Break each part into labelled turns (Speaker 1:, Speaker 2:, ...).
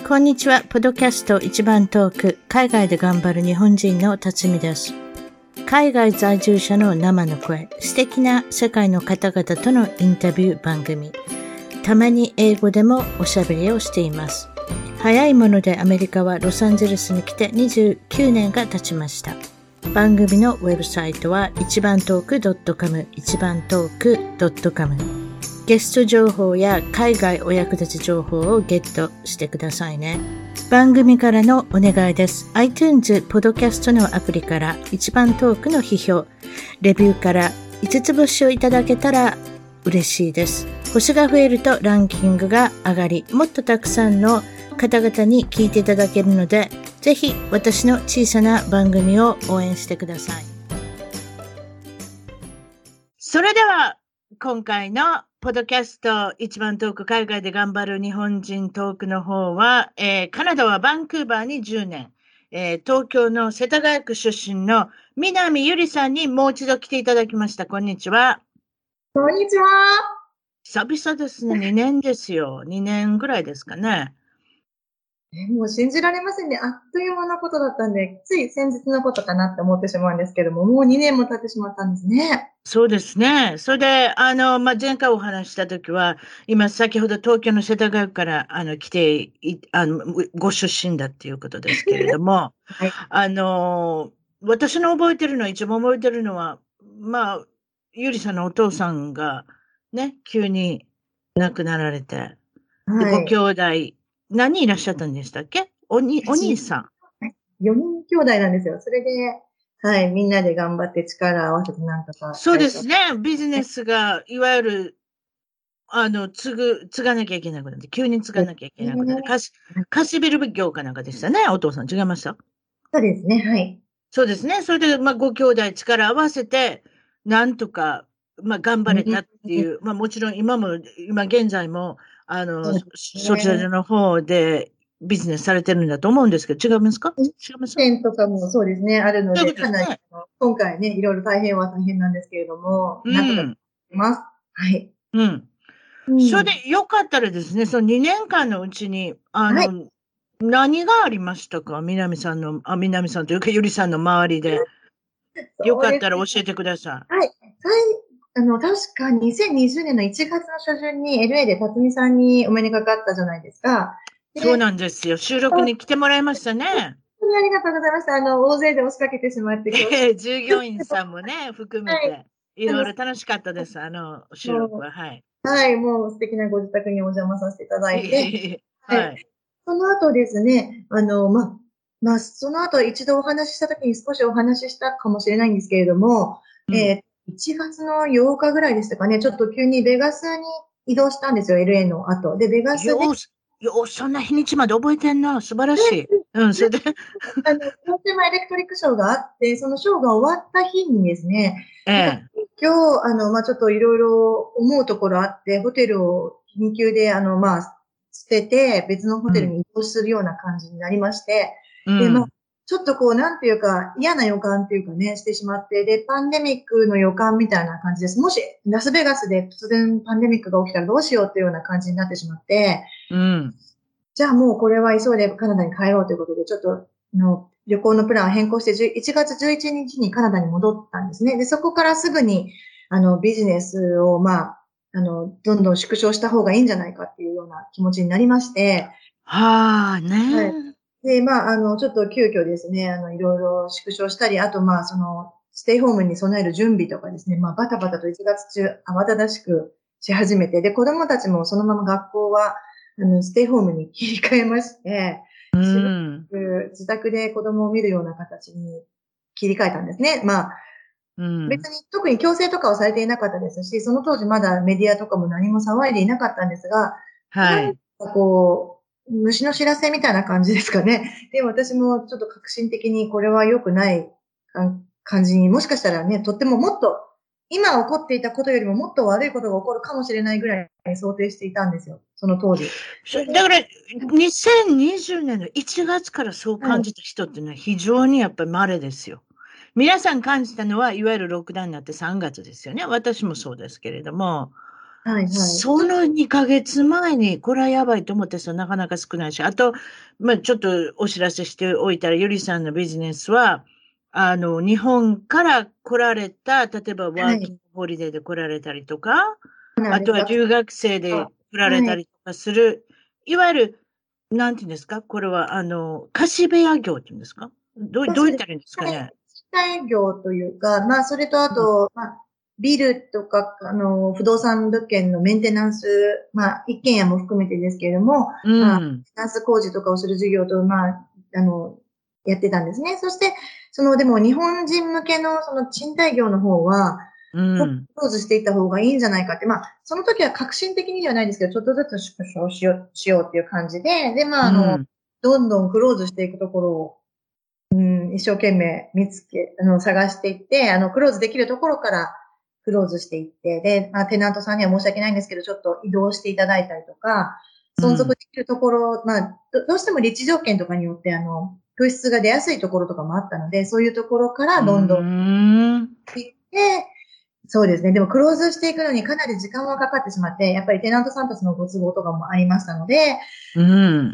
Speaker 1: こんにちは。ポッドキャスト一番トーク、海外で頑張る日本人の辰巳です。海外在住者の生の声、素敵な世界の方々とのインタビュー番組。たまに英語でもおしゃべりをしています。早いものでアメリカはロサンゼルスに来て29年が経ちました。番組のウェブサイトは一番トーク .com、一番トーク .com。ゲスト情報や海外お役立ち情報をゲットしてくださいね。番組からのお願いです。iTunes ポッドキャストのアプリから一番トークの批評、レビューから5つ星をいただけたら嬉しいです。星が増えるとランキングが上がり、もっとたくさんの方々に聞いていただけるので、ぜひ私の小さな番組を応援してください。それでは今回のポッドキャスト一番トーク、海外で頑張る日本人トークの方は、カナダはバンクーバーに10年、東京の世田谷区出身の南ゆりさんにもう一度来ていただきました。こんにちは。
Speaker 2: こんにちは。
Speaker 1: 久々ですね。2年ですよ。2年ぐらいですかね。
Speaker 2: もう信じられませんね。あっという間のことだったんで、つい先日のことかなって思ってしまうんですけども、もう2年も経ってしまったんですね。
Speaker 1: そうですね。それで、前回お話ししたときは、今、先ほど東京の世田谷区から、来てご出身だっていうことですけれども、
Speaker 2: はい。
Speaker 1: 私の一番覚えてるのは、ゆりさんのお父さんが、ね、急に亡くなられて、で、ご兄
Speaker 2: はい。
Speaker 1: 弟、何人いらっしゃったんでしたっけ？お兄さん。
Speaker 2: 4人兄弟なんですよ。それで、はい、みんなで頑張って力を合わせてなんとか
Speaker 1: そう
Speaker 2: 会社を。
Speaker 1: ですね。ビジネスが、いわゆる、継がなきゃいけなくなって、急に継がなきゃいけなくなって、
Speaker 2: ね。
Speaker 1: 貸しビル業かなんかでしたね、お父さん。違いました？
Speaker 2: そうですね、はい。
Speaker 1: そうですね。それで、ご兄弟力合わせて、なんとか、頑張
Speaker 2: うん、
Speaker 1: れたっていう、もちろん今現在も、
Speaker 2: そうです
Speaker 1: そちら
Speaker 2: ね。
Speaker 1: の方でビジネスされてるんだと思うんですけど、違いますか？違います？
Speaker 2: 点とかもそうですね、あるの
Speaker 1: そういう
Speaker 2: で、かなり、
Speaker 1: ことですね。
Speaker 2: 今回ね、いろいろ大変は大変なんですけれども、
Speaker 1: う
Speaker 2: なんとかし
Speaker 1: ん。
Speaker 2: ます。はい。
Speaker 1: うん。
Speaker 2: う
Speaker 1: それ
Speaker 2: ん。
Speaker 1: でよかったらですね、その2年間のうちに、
Speaker 2: はい。
Speaker 1: 何がありましたか？南さんというか、ゆりさんの周りで。よかったら
Speaker 2: そうですね。
Speaker 1: 教えてくださ
Speaker 2: はい。確か2020年の1月の初旬に LA で辰巳さんにお目にかかったじゃないですか。
Speaker 1: い。そう
Speaker 2: で、
Speaker 1: なんですよ。収録に来てもらいました
Speaker 2: 本
Speaker 1: ね。
Speaker 2: 当にありがとうございました。大勢で押しかけてしまって恐縮
Speaker 1: 従業員さんもね、含め
Speaker 2: はい。
Speaker 1: て、いろいろ楽しかったです。収録
Speaker 2: も
Speaker 1: は。はい。
Speaker 2: う、はい、もう素敵なご自宅にお邪魔させていただいて、はい。
Speaker 1: はい。
Speaker 2: その後ですね、その後一度お話しした時に少しお話ししたかもしれないんですけれども、
Speaker 1: うん。
Speaker 2: 1月の8日ぐらいでしたかね、ちょっと急にベガスに移動したんですよ、LA の後。で、ベガスで、
Speaker 1: そんな日にちまで覚えてんな。素晴らしい。うん、それで、
Speaker 2: コンテーマエレクトリックショーがあって、そのショーが終わった日にですね、
Speaker 1: え
Speaker 2: なんか、
Speaker 1: え。
Speaker 2: 今日、ちょっといろいろ思うところあって、ホテルを緊急で、捨てて、別のホテル
Speaker 1: うん。
Speaker 2: に移動するような感じになりまして、で、
Speaker 1: うん。
Speaker 2: ちょっとこう、なんていうか、嫌な予感っていうかね、してしまって、で、パンデミックの予感みたいな感じです。もし、ラスベガスで突然パンデミックが起きたらどうしようっていうような感じになってしまって、
Speaker 1: うん。
Speaker 2: じゃあもうこれは急いでカナダに帰ろうということで、ちょっと旅行のプランを変更して1月11日にちにカナダに戻ったんですね。で、そこからすぐに、ビジネスを、どんどん縮小した方がいいんじゃないかっていうような気持ちになりまして、
Speaker 1: はあ、
Speaker 2: はい。
Speaker 1: ね。
Speaker 2: で、ちょっと急遽ですね、いろいろ縮小したり、あと、ステイホームに備える準備とかですね、バタバタと1月中、慌ただしくし始めて、で、子供たちもそのまま学校は、ステイホームに切り替えまして、
Speaker 1: う
Speaker 2: しばら
Speaker 1: ん。
Speaker 2: く自宅で子供を見るような形に切り替えたんですね。
Speaker 1: うん。
Speaker 2: 別に特に強制とかはされていなかったですし、その当時まだメディアとかも何も騒いでいなかったんですが、なん
Speaker 1: はい。
Speaker 2: かこう、虫の知らせみたいな感じですかね。で、私もちょっと革新的にこれは良くない感じに、もしかしたらね、とってももっと、今起こっていたことよりももっと悪いことが起こるかもしれないぐらいに想定していたんですよ。その当時。それで、
Speaker 1: だから、2020年の1月からそう
Speaker 2: はい。
Speaker 1: 感じた人っていうのは非常にやっぱり稀ですよ。皆さん感じたのは、いわゆるロックダウンになって3月ですよね。私もそうですけれども。
Speaker 2: はい、はい。
Speaker 1: その2ヶ月前に、これはやばいと思った人はなかなか少ないし、あと、ちょっとお知らせしておいたら、ゆりさんのビジネスは、日本から来られた、例えばワ
Speaker 2: はい。
Speaker 1: ーキングホリデーで来られたりとか、
Speaker 2: そうなんです。
Speaker 1: あとは留学生で来られ
Speaker 2: はい。
Speaker 1: たりとかする、いわゆる、なんていうんですかこれは、貸し部屋業っていうんですかどう
Speaker 2: そうです。
Speaker 1: 言ったらいいんですかね。
Speaker 2: 賃貸業というか、まあ、それとあ
Speaker 1: うん。
Speaker 2: と、まあ、ビルとか、不動産物件のメンテナンス、まあ、一軒家も含めてですけれども、
Speaker 1: う
Speaker 2: まあ、メンテ
Speaker 1: ん。
Speaker 2: ナンス工事とかをする事業と、まあ、やってたんですね。そして、でも日本人向けのその賃貸業の方は、
Speaker 1: う
Speaker 2: ク
Speaker 1: ん。
Speaker 2: ローズしていった方がいいんじゃないかって、まあ、その時は革新的にではないですけど、ちょっとずつ縮小しようっていう感じで、で、まあ、
Speaker 1: うん。
Speaker 2: どんどんクローズしていくところを、一生懸命探していって、クローズできるところからクローズしていって、で、まあ、テナントさんには申し訳ないんですけど、ちょっと移動していただいたりとか、存続
Speaker 1: うん。
Speaker 2: できるところ、まあ、どうしても立地条件とかによって、空室が出やすいところとかもあったので、そういうところか
Speaker 1: う
Speaker 2: らどんどん
Speaker 1: ん。
Speaker 2: 行って、そうですね。でも、クローズしていくのにかなり時間はかかってしまって、やっぱりテナントさんたちのご都合とかもありましたので、
Speaker 1: うん。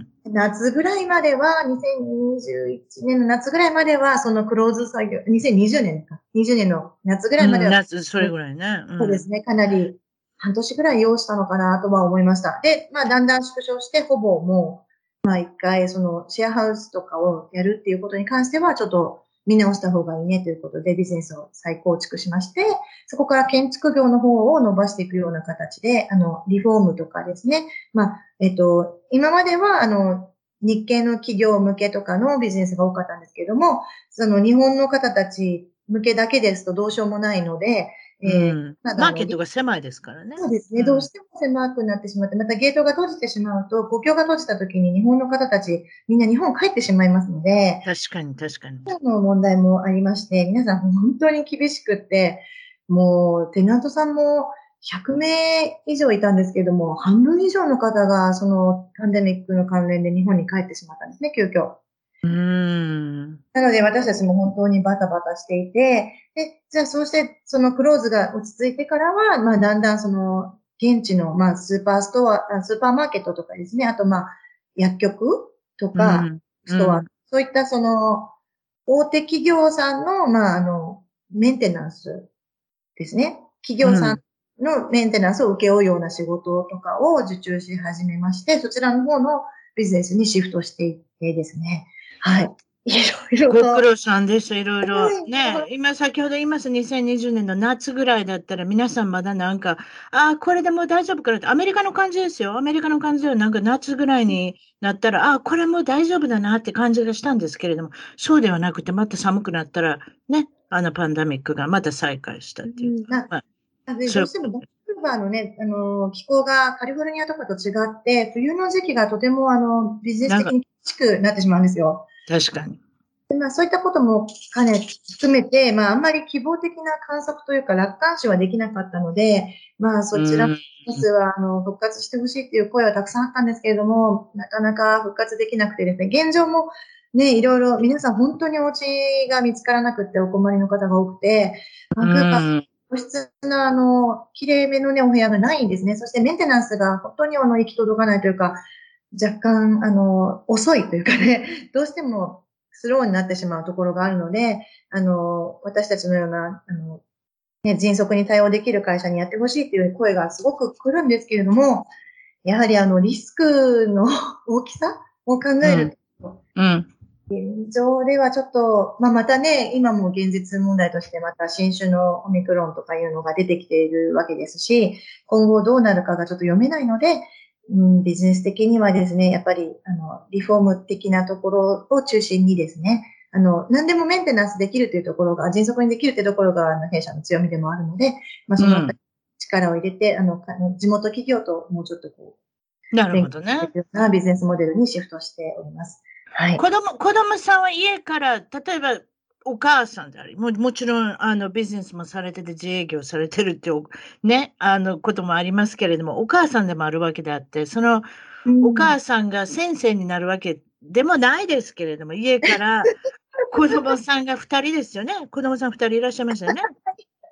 Speaker 2: 夏ぐらいまでは、2021年の夏ぐらいまでは、そのクローズ作業、2020年か、20年の夏ぐらいまで
Speaker 1: うん。
Speaker 2: は、
Speaker 1: それぐらいね。うん。
Speaker 2: そうですね、かなり半年ぐらい要したのかなとは思いました。で、まあ、だんだん縮小して、ほぼもう、まあ、一回、その、シェアハウスとかをやるっていうことに関しては、ちょっと見直した方がいいねということで、ビジネスを再構築しまして、そこから建築業の方を伸ばしていくような形で、リフォームとかですね。まあ、今までは、日系の企業向けとかのビジネスが多かったんですけれども、その日本の方たち向けだけですとどうしようもないので、
Speaker 1: うん。
Speaker 2: ただ
Speaker 1: マーケットが狭いですからね。
Speaker 2: そうですね。
Speaker 1: うん。
Speaker 2: どうしても狭くなってしまって、またゲートが閉じてしまうと、国境が閉じた時に日本の方たち、みんな日本帰ってしまいますので、
Speaker 1: 確かに、確かに。
Speaker 2: の問題もありまして、皆さん本当に厳しくって、もうテナントさんも100名以上いたんですけども、半分以上の方がそのパンデミックの関連で日本に帰ってしまったんですね、急遽。
Speaker 1: うーん。
Speaker 2: なので私たちも本当にバタバタしていて、で、じゃあそうしてそのクローズが落ち着いてからは、まあだんだんその現地のまあスーパーマーケットとかですね、あとまあ薬局とか
Speaker 1: うん。
Speaker 2: ストア、
Speaker 1: うん。
Speaker 2: そういったその大手企業さんのまあメンテナンスですね。企業さん
Speaker 1: うん。
Speaker 2: のメンテナンスを請け負うような仕事とかを受注し始めまして、そちらの方のビジネスにシフトしていってですね。はい。いろいろと。
Speaker 1: ご苦労さんです、いろいろ。
Speaker 2: はい。
Speaker 1: ね、先ほど言います2020年の夏ぐらいだったら、皆さんまだなんか、ああ、これでもう大丈夫かなって、アメリカの感じですよ。アメリカの感じではなんか夏ぐらいになったら、ああ、これもう大丈夫だなって感じがしたんですけれども、そうではなくて、また寒くなったら、ね、パンダミックがまた再開したっていうか、まあ、そういうこ
Speaker 2: どうしてもバン
Speaker 1: とで。
Speaker 2: クーバーのね、気候がカリフォルニアとかと違って、冬の時期がとてもビジネス
Speaker 1: なんか、
Speaker 2: 的に厳しくなってしまうんですよ。
Speaker 1: 確かに。
Speaker 2: でまあ、そういったことも含めて、まあ、あんまり希望的な観測というか、楽観視はできなかったので、まあ、そちらの
Speaker 1: うん。
Speaker 2: ビジネスは、復活してほしいという声はたくさんあったんですけれども、なかなか復活できなくてですね、現状もね、いろいろ、皆さん本当にお家が見つからなくてお困りの方が多くて、バ
Speaker 1: う
Speaker 2: ンクーバー、
Speaker 1: ん。
Speaker 2: 個室の綺麗めのね、お部屋がないんですね。そしてメンテナンスが本当に行き届かないというか、若干、遅いというかね、どうしてもスローになってしまうところがあるので、私たちのような、ね、迅速に対応できる会社にやってほしいという声がすごく来るんですけれども、やはりリスクの大きさを考える
Speaker 1: うん。
Speaker 2: と、
Speaker 1: うん。
Speaker 2: 現状ではちょっと、まあ、またね、今も現実問題としてまた新種のオミクロンとかいうのが出てきているわけですし、今後どうなるかがちょっと読めないので、ビジネス的にはですね、やっぱり、リフォーム的なところを中心にですね、何でもメンテナンスできるというところが、迅速にできるというところが、弊社の強みでもあるので、まあ、そのあたり
Speaker 1: うん。
Speaker 2: 力を入れて、地元企業ともうちょっと
Speaker 1: なる
Speaker 2: 連携
Speaker 1: ほどね。
Speaker 2: できるようなビジネスモデルにシフトしております。はい。
Speaker 1: 子供さんは家から、例えばお母さんであり、もちろん、ビジネスもされてて、自営業されてるっていう、ね、こともありますけれども、お母さんでもあるわけであって、その、お
Speaker 2: うん。
Speaker 1: 母さんが先生になるわけでもないですけれども、家から子供さんが2人ですよね。子供さん2人いらっしゃいましたよね。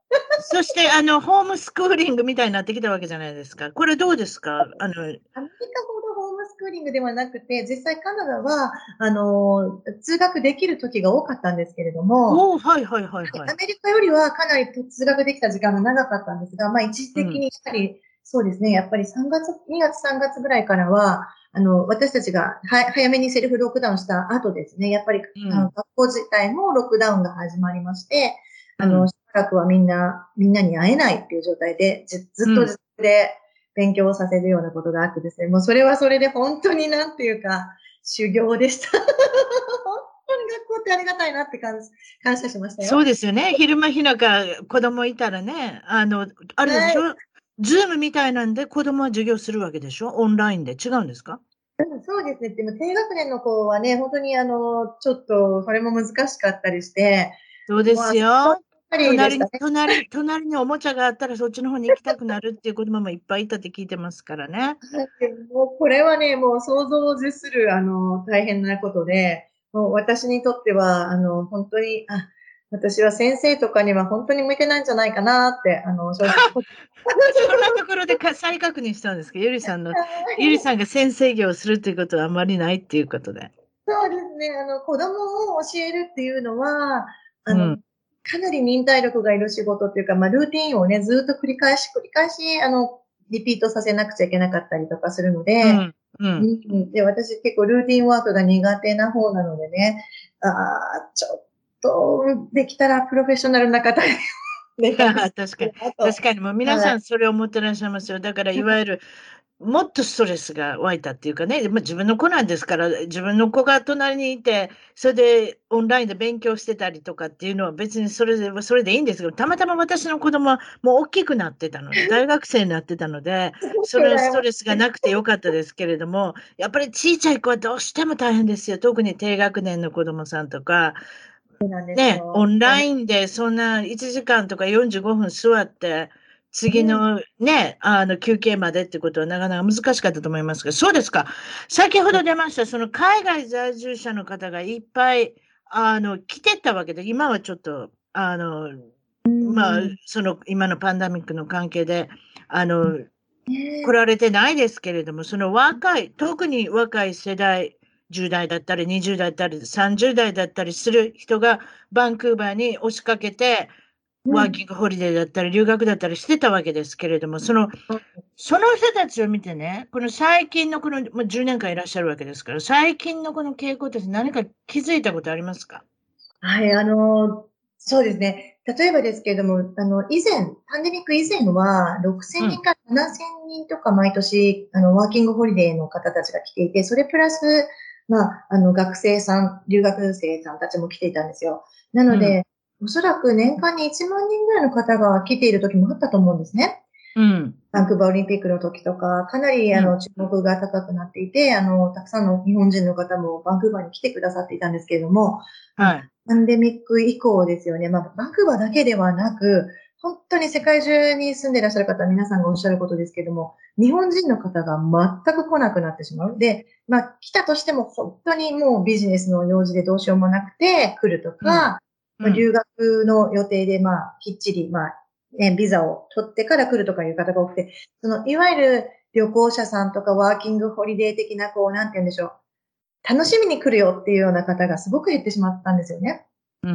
Speaker 1: そして、ホームスクーリングみたいになってきたわけじゃないですか。これどうですか？
Speaker 2: アメリカほどホームスクーリングではなくて、実際カナダは、通学できる時が多かったんですけれども、
Speaker 1: はいはいはいはい。
Speaker 2: アメリカよりはかなり通学できた時間が長かったんですが、まあ一時的にやはり、そうですね、やっぱり3月、2月3月ぐらいからは、私たちが早めにセルフロックダウンした後ですね、やっぱり、学校自体もロックダウンが始まりまして、しばらくはみんなに会えないっていう状態で、ずっと自宅で勉強をさせるようなことがあってですね、もうそれはそれで本当になんていうか、修行でした。本当に学校ってありがたいなって感謝しました
Speaker 1: そう
Speaker 2: よ。
Speaker 1: ですよね。昼間日中子供いたらね、あれで
Speaker 2: はい。
Speaker 1: しょ？ズームみたいなんで子供は授業するわけでしょ？オンラインで。違うんですか？
Speaker 2: そうですね。でも低学年の子はね、本当にちょっとそれも難しかったりして、
Speaker 1: そうで
Speaker 2: まあ、
Speaker 1: すよ。
Speaker 2: ぱりでしたね。
Speaker 1: 隣におもちゃがあったらそっちの方に行きたくなるっていう子供もいっぱいいたって聞いてますからね。
Speaker 2: でもうこれはね、もう想像を絶する、大変なことで、もう私にとっては、本当に、私は先生とかには本当に向いてないんじゃないかなって、正直。
Speaker 1: そんなところで再確認したんですけど、ゆりさんが先生業をするっていうことはあまりないっていうことで。
Speaker 2: そうですね。子供を教えるっていうのは、
Speaker 1: うん。
Speaker 2: かなり忍耐力がいる仕事っていうか、まあ、ルーティンをね、ずっと繰り返し、リピートさせなくちゃいけなかったりとかするので、
Speaker 1: うん。うん。
Speaker 2: うん、で、私結構ルーティンワークが苦手な方なのでね、ちょっとできたらプロフェッショナルな方に連絡し
Speaker 1: 確かに。
Speaker 2: てなと。
Speaker 1: 確かに、もう皆
Speaker 2: はい。
Speaker 1: さんそれを思ってらっしゃいますよ。だから、いわゆる、もっとストレスが湧いたっていうかね、まあ、自分の子なんですから、自分の子が隣にいて、それでオンラインで勉強してたりとかっていうのは別にそれでいいんですけど、たまたま私の子供はもう大きくなってたので、大学生になってたので、
Speaker 2: すごく
Speaker 1: そのス
Speaker 2: 羨まし
Speaker 1: トレスがなくてよかったですけれども、やっぱり小さい子はどうしても大変ですよ。特に低学年の子供さんとか、
Speaker 2: いなんです
Speaker 1: ね、オ
Speaker 2: よ。
Speaker 1: ンラインでそんな1時間とか45分座って、次
Speaker 2: うん。
Speaker 1: のね、休憩までってことはなかなか難しかったと思いますが、そうですか。先ほど出ました、その海外在住者の方がいっぱい、来てたわけで、今はちょっと、
Speaker 2: う
Speaker 1: まあ、
Speaker 2: ん。
Speaker 1: その、今のパンダミックの関係で、あの、来
Speaker 2: ね
Speaker 1: られてないですけれども、その特に若い世代、10代だったり、20代だったり、30代だったりする人がバンクーバーに押しかけて、ワーキン
Speaker 2: うん。
Speaker 1: グホリデーだったり、留学だったりしてたわけですけれども、その人たちを見てね、この最近のもう10年間いらっしゃるわけですから、最近のこの傾向って何か気づいたことありますか？
Speaker 2: はい、そうですね。例えばですけれども、パンデミック以前は6000
Speaker 1: うん、
Speaker 2: 人から7000人とか毎年、ワーキングホリデーの方たちが来ていて、それプラス、まあ、学生さん、留学生さんたちも来ていたんですよ。な
Speaker 1: うん、
Speaker 2: ので、おそらく年間に1万人ぐらいの方が来ている時もあったと思うんですね。
Speaker 1: うん、
Speaker 2: バンクーバーオリンピックの時とか、かなり
Speaker 1: うん、
Speaker 2: 注目が高くなっていて、たくさんの日本人の方もバンクーバーに来てくださっていたんですけれども、
Speaker 1: はい。
Speaker 2: パンデミック以降ですよね。まあ、バンクーバーだけではなく、本当に世界中に住んでいらっしゃる方は皆さんがおっしゃることですけれども、日本人の方が全く来なくなってしまう。で、まあ、来たとしても本当にもうビジネスの用事でどうしようもなくて来ると
Speaker 1: うん、
Speaker 2: か、
Speaker 1: うん、
Speaker 2: 留学の予定で、まあ、きっちり、まあ、ビザを取ってから来るとかいう方が多くて、いわゆる旅行者さんとかワーキングホリデー的な、なんて言うんでしょう。楽しみに来るよっていうような方がすごく減ってしまったんですよね。
Speaker 1: うん、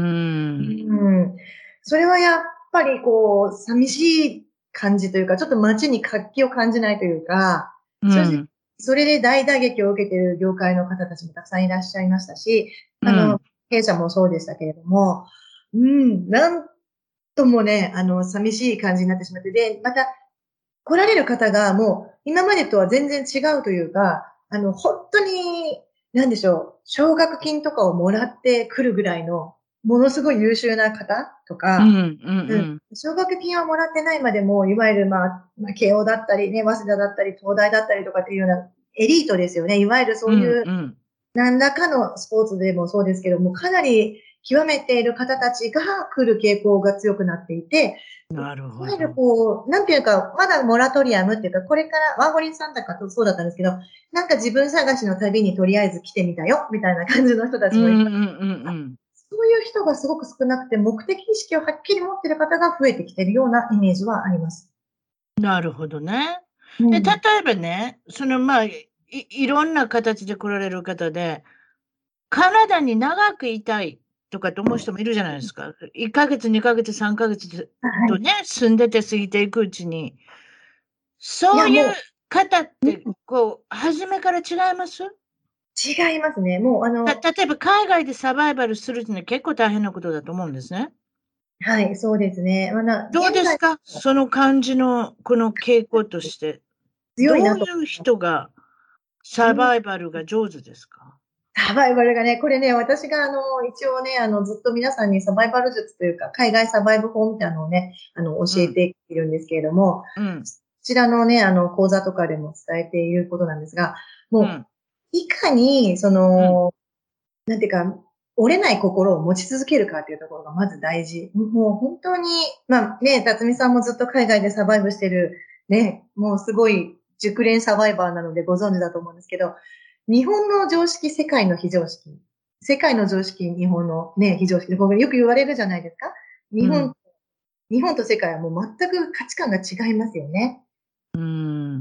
Speaker 2: うん。それはやっぱり寂しい感じというか、ちょっと街に活気を感じないというか、正直、
Speaker 1: うん、
Speaker 2: それで大打撃を受けている業界の方たちもたくさんいらっしゃいましたし、
Speaker 1: うん、
Speaker 2: 経営者もそうでしたけれども、うん、なんともね、寂しい感じになってしまって、で、また、来られる方がもう今までとは全然違うというか、本当に、なんでしょう、奨学金とかをもらってくるぐらいの、ものすごい優秀な方と
Speaker 1: うん、
Speaker 2: か、
Speaker 1: うん、
Speaker 2: うん、
Speaker 1: うん、
Speaker 2: 奨学金はもらってないまでも、いわゆる慶応だったりね、早稲田だったり、東大だったりとかっていうようなエリートですよね。いわゆるそ
Speaker 1: うん、
Speaker 2: ういう
Speaker 1: うん。
Speaker 2: 何らかのスポーツでもそうですけども、かなり極めている方たちが来る傾向が強くなっていて、
Speaker 1: なる
Speaker 2: いわゆる
Speaker 1: ほど。
Speaker 2: なんていうか、まだモラトリアムっていうか、これからワーホリンさんとかそうだったんですけど、自分探しの旅にとりあえず来てみたよ、みたいな感じの人た
Speaker 1: うん、
Speaker 2: ちもいっぱい。
Speaker 1: うん、うん、うん。
Speaker 2: そそういう人がすごく少なくて、目的意識をはっきり持っている方が増えてきているようなイメージはあります。
Speaker 1: なるほどね。例
Speaker 2: うん。
Speaker 1: えばね、まあ、いろんな形で来られる方で、カナダに長くいたいとかと思う人もいるじゃないですか。1ヶ月、2ヶ月、3ヶ月
Speaker 2: はい。
Speaker 1: とね、住んでて過ぎていくうちに、
Speaker 2: いや、
Speaker 1: そういう
Speaker 2: も
Speaker 1: 方っ
Speaker 2: う、
Speaker 1: て、こう、初めから違います？
Speaker 2: 違いますね。もう、
Speaker 1: 例えば海外でサバイバルするっていうのは結構大変なことだと思うんですね。
Speaker 2: はい、そうですね。
Speaker 1: どう
Speaker 2: 現在
Speaker 1: ですかその感じの、この傾向として。
Speaker 2: 強いなと。
Speaker 1: どういう人がサ
Speaker 2: うん、
Speaker 1: バイバルが上手ですか？
Speaker 2: サバイバルがね、これね、私が一応ね、ずっと皆さんにサバイバル術というか、海外サバイブ法みたいなのをね、教え
Speaker 1: うん、
Speaker 2: ているんですけれども、こ
Speaker 1: うん、
Speaker 2: ちらのね、講座とかでも伝えていることなんですが、もう、
Speaker 1: うん、
Speaker 2: いかに、
Speaker 1: うん。
Speaker 2: なんていうか、折れない心を持ち続けるかっていうところがまず大事。もう本当に、まあね、辰巳さんもずっと海外でサバイブしてる、ね、もうすごい熟練サバイバーなのでご存知だと思うんですけど、日本の常識、世界の非常識。世界の常識、日本のね、非常識。これよく言われるじゃないですか。
Speaker 1: うん。
Speaker 2: 日本と世界はもう全く価値観が違いますよね。
Speaker 1: うん。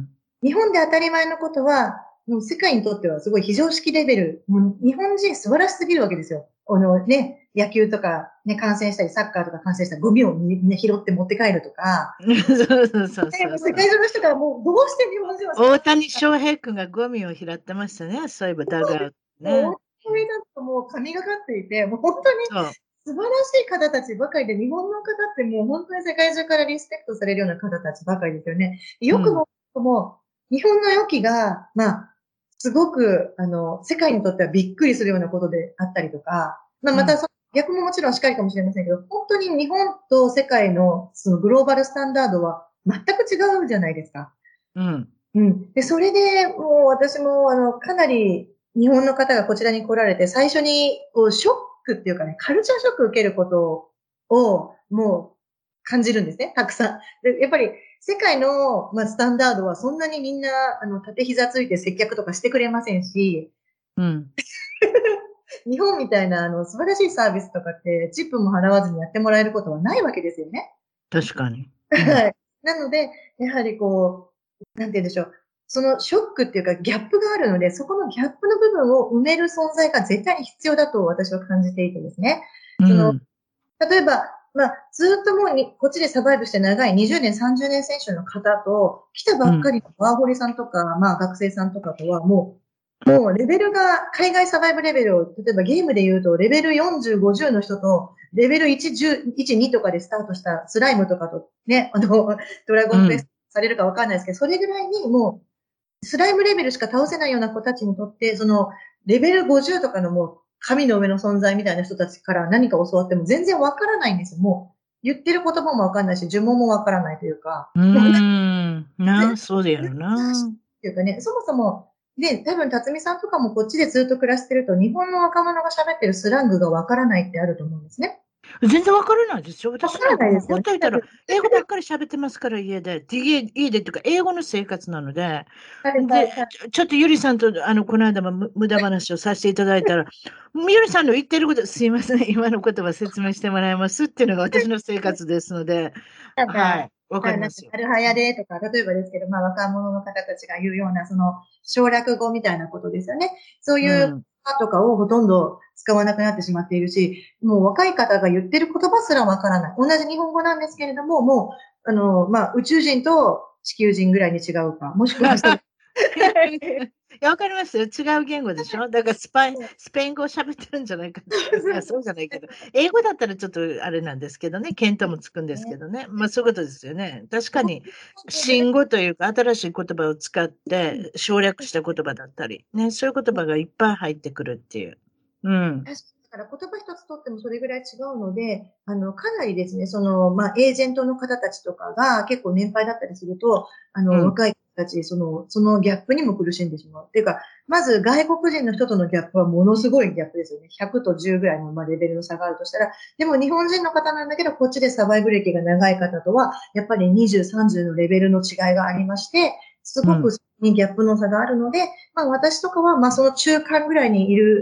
Speaker 2: 日本で当たり前のことは、もう世界にとってはすごい非常識レベル。もう日本人素晴らしすぎるわけですよ。ね、野球とかね、観戦したり、サッカーとか観戦したらゴミをみんな拾って持って帰るとか、
Speaker 1: そうそうそう
Speaker 2: ね、
Speaker 1: そうそう。
Speaker 2: もう世界中の人がもうどうして日本人はそんな
Speaker 1: 大谷翔平君がゴミを拾ってましたね。そういえばダグアウトね。
Speaker 2: もう大きだともう神がかっていて、もう本当に
Speaker 1: そう。
Speaker 2: 素晴らしい方たちばかりで、日本の方ってもう本当に世界中からリスペクトされるような方たちばかりですよね。
Speaker 1: うん。
Speaker 2: よくも、日本の良きが、まあ、すごく、世界にとってはびっくりするようなことであったりとか、まあ、
Speaker 1: うん。
Speaker 2: また逆ももちろんしっかりかもしれませんけど、本当に日本と世界のそのグローバルスタンダードは全く違うじゃないですか。
Speaker 1: うん。
Speaker 2: うん。で、それで、もう私も、かなり日本の方がこちらに来られて、最初に、こう、ショックっていうかね、カルチャーショック受けることを、もう、感じるんですね、たくさん。で、やっぱり、世界の、まあ、スタンダードはそんなにみんな、縦膝ついて接客とかしてくれませんし、
Speaker 1: うん。
Speaker 2: 日本みたいな、素晴らしいサービスとかって、チップも払わずにやってもらえることはないわけですよね。
Speaker 1: 確かに。うん。
Speaker 2: はい。なので、やはりこう、なんて言うんでしょう。そのショックっていうかギャップがあるので、そこのギャップの部分を埋める存在が絶対に必要だと私は感じていてですね。その、
Speaker 1: うん。
Speaker 2: 例えば、まあ、ずっともうこっちでサバイブして長い20年、30年選手の方と、来たば
Speaker 1: うん。
Speaker 2: っかりのワーホリさんとか、まあ学生さんとかとはもうレベルが、海外サバイブレベルを、例えばゲームで言うと、レベル40、50の人と、レベル1、10、1、2とかでスタートしたスライムとかとね、ドラゴンクエスト
Speaker 1: うん。
Speaker 2: されるかわかんないですけど、それぐらいにもう、スライムレベルしか倒せないような子たちにとって、その、レベル50とかのもう、神の上の存在みたいな人たちから何か教わっても全然わからないんですよ。もう、言ってる言葉もわかんないし、呪文もわからないというか、
Speaker 1: うー
Speaker 2: もう
Speaker 1: ん。なあ、そうだ
Speaker 2: 難しい
Speaker 1: よな。
Speaker 2: っていうかね、そもそも、で、多分、辰巳さんとかもこっちでずっと暮らしてると、日本の若者が喋ってるスラングがわからないってあると思うんですね。
Speaker 1: 全然わからないですよ。
Speaker 2: わから
Speaker 1: 私なんかもう
Speaker 2: ないですよね。
Speaker 1: ほっといたら、英語ばっかり喋ってますから、家で。家でっていうか、英語の生活なので。
Speaker 2: はいは
Speaker 1: で、
Speaker 2: いはい。
Speaker 1: ちょっとゆりさんと、この間も無駄話をさせていただいたら、ゆりさんの言ってること、すいません、今の言葉説明してもらいますっていうのが私の生活ですので、
Speaker 2: なんか、
Speaker 1: はい、わかり
Speaker 2: なんか、
Speaker 1: ますよ。
Speaker 2: なるはやでとか、例えばですけど、まあ、若者の方たちが言うような、その、省略語みたいなことですよね。そういう
Speaker 1: うん、
Speaker 2: 言葉とかをほとんど使わなくなってしまっているし、もう若い方が言ってる言葉すらわからない。同じ日本語なんですけれども、もう、まあ、宇宙人と地球人ぐらいに違うか、もしくはその、
Speaker 1: いや、わかりますよ。違う言語でしょ。だからスペイン語を喋ってるんじゃないかって。いや、そうじゃないけど。英語だったらちょっとあれなんですけどね。見当もつくんですけどね。まあそういうことですよね。確かに、新語というか新しい言葉を使って省略した言葉だったり、ね。そういう言葉がいっぱい入ってくるっていう。うん。
Speaker 2: 確かに、だから言葉一つとってもそれぐらい違うので、かなりですね、まあ、エージェントの方たちとかが結構年配だったりすると、
Speaker 1: うん。
Speaker 2: 若い人たち、そのギャップにも苦しんでしまう。っていうか、まず外国人の人とのギャップはものすごいギャップですよね。100と10ぐらいのまあレベルの差があるとしたら、でも日本人の方なんだけど、こっちでサバイブ歴が長い方とは、やっぱり20、30のレベルの違いがありまして、すごく
Speaker 1: うん。
Speaker 2: そこにギャップの差があるので、まあ私とかは、まあその中間ぐらいにいる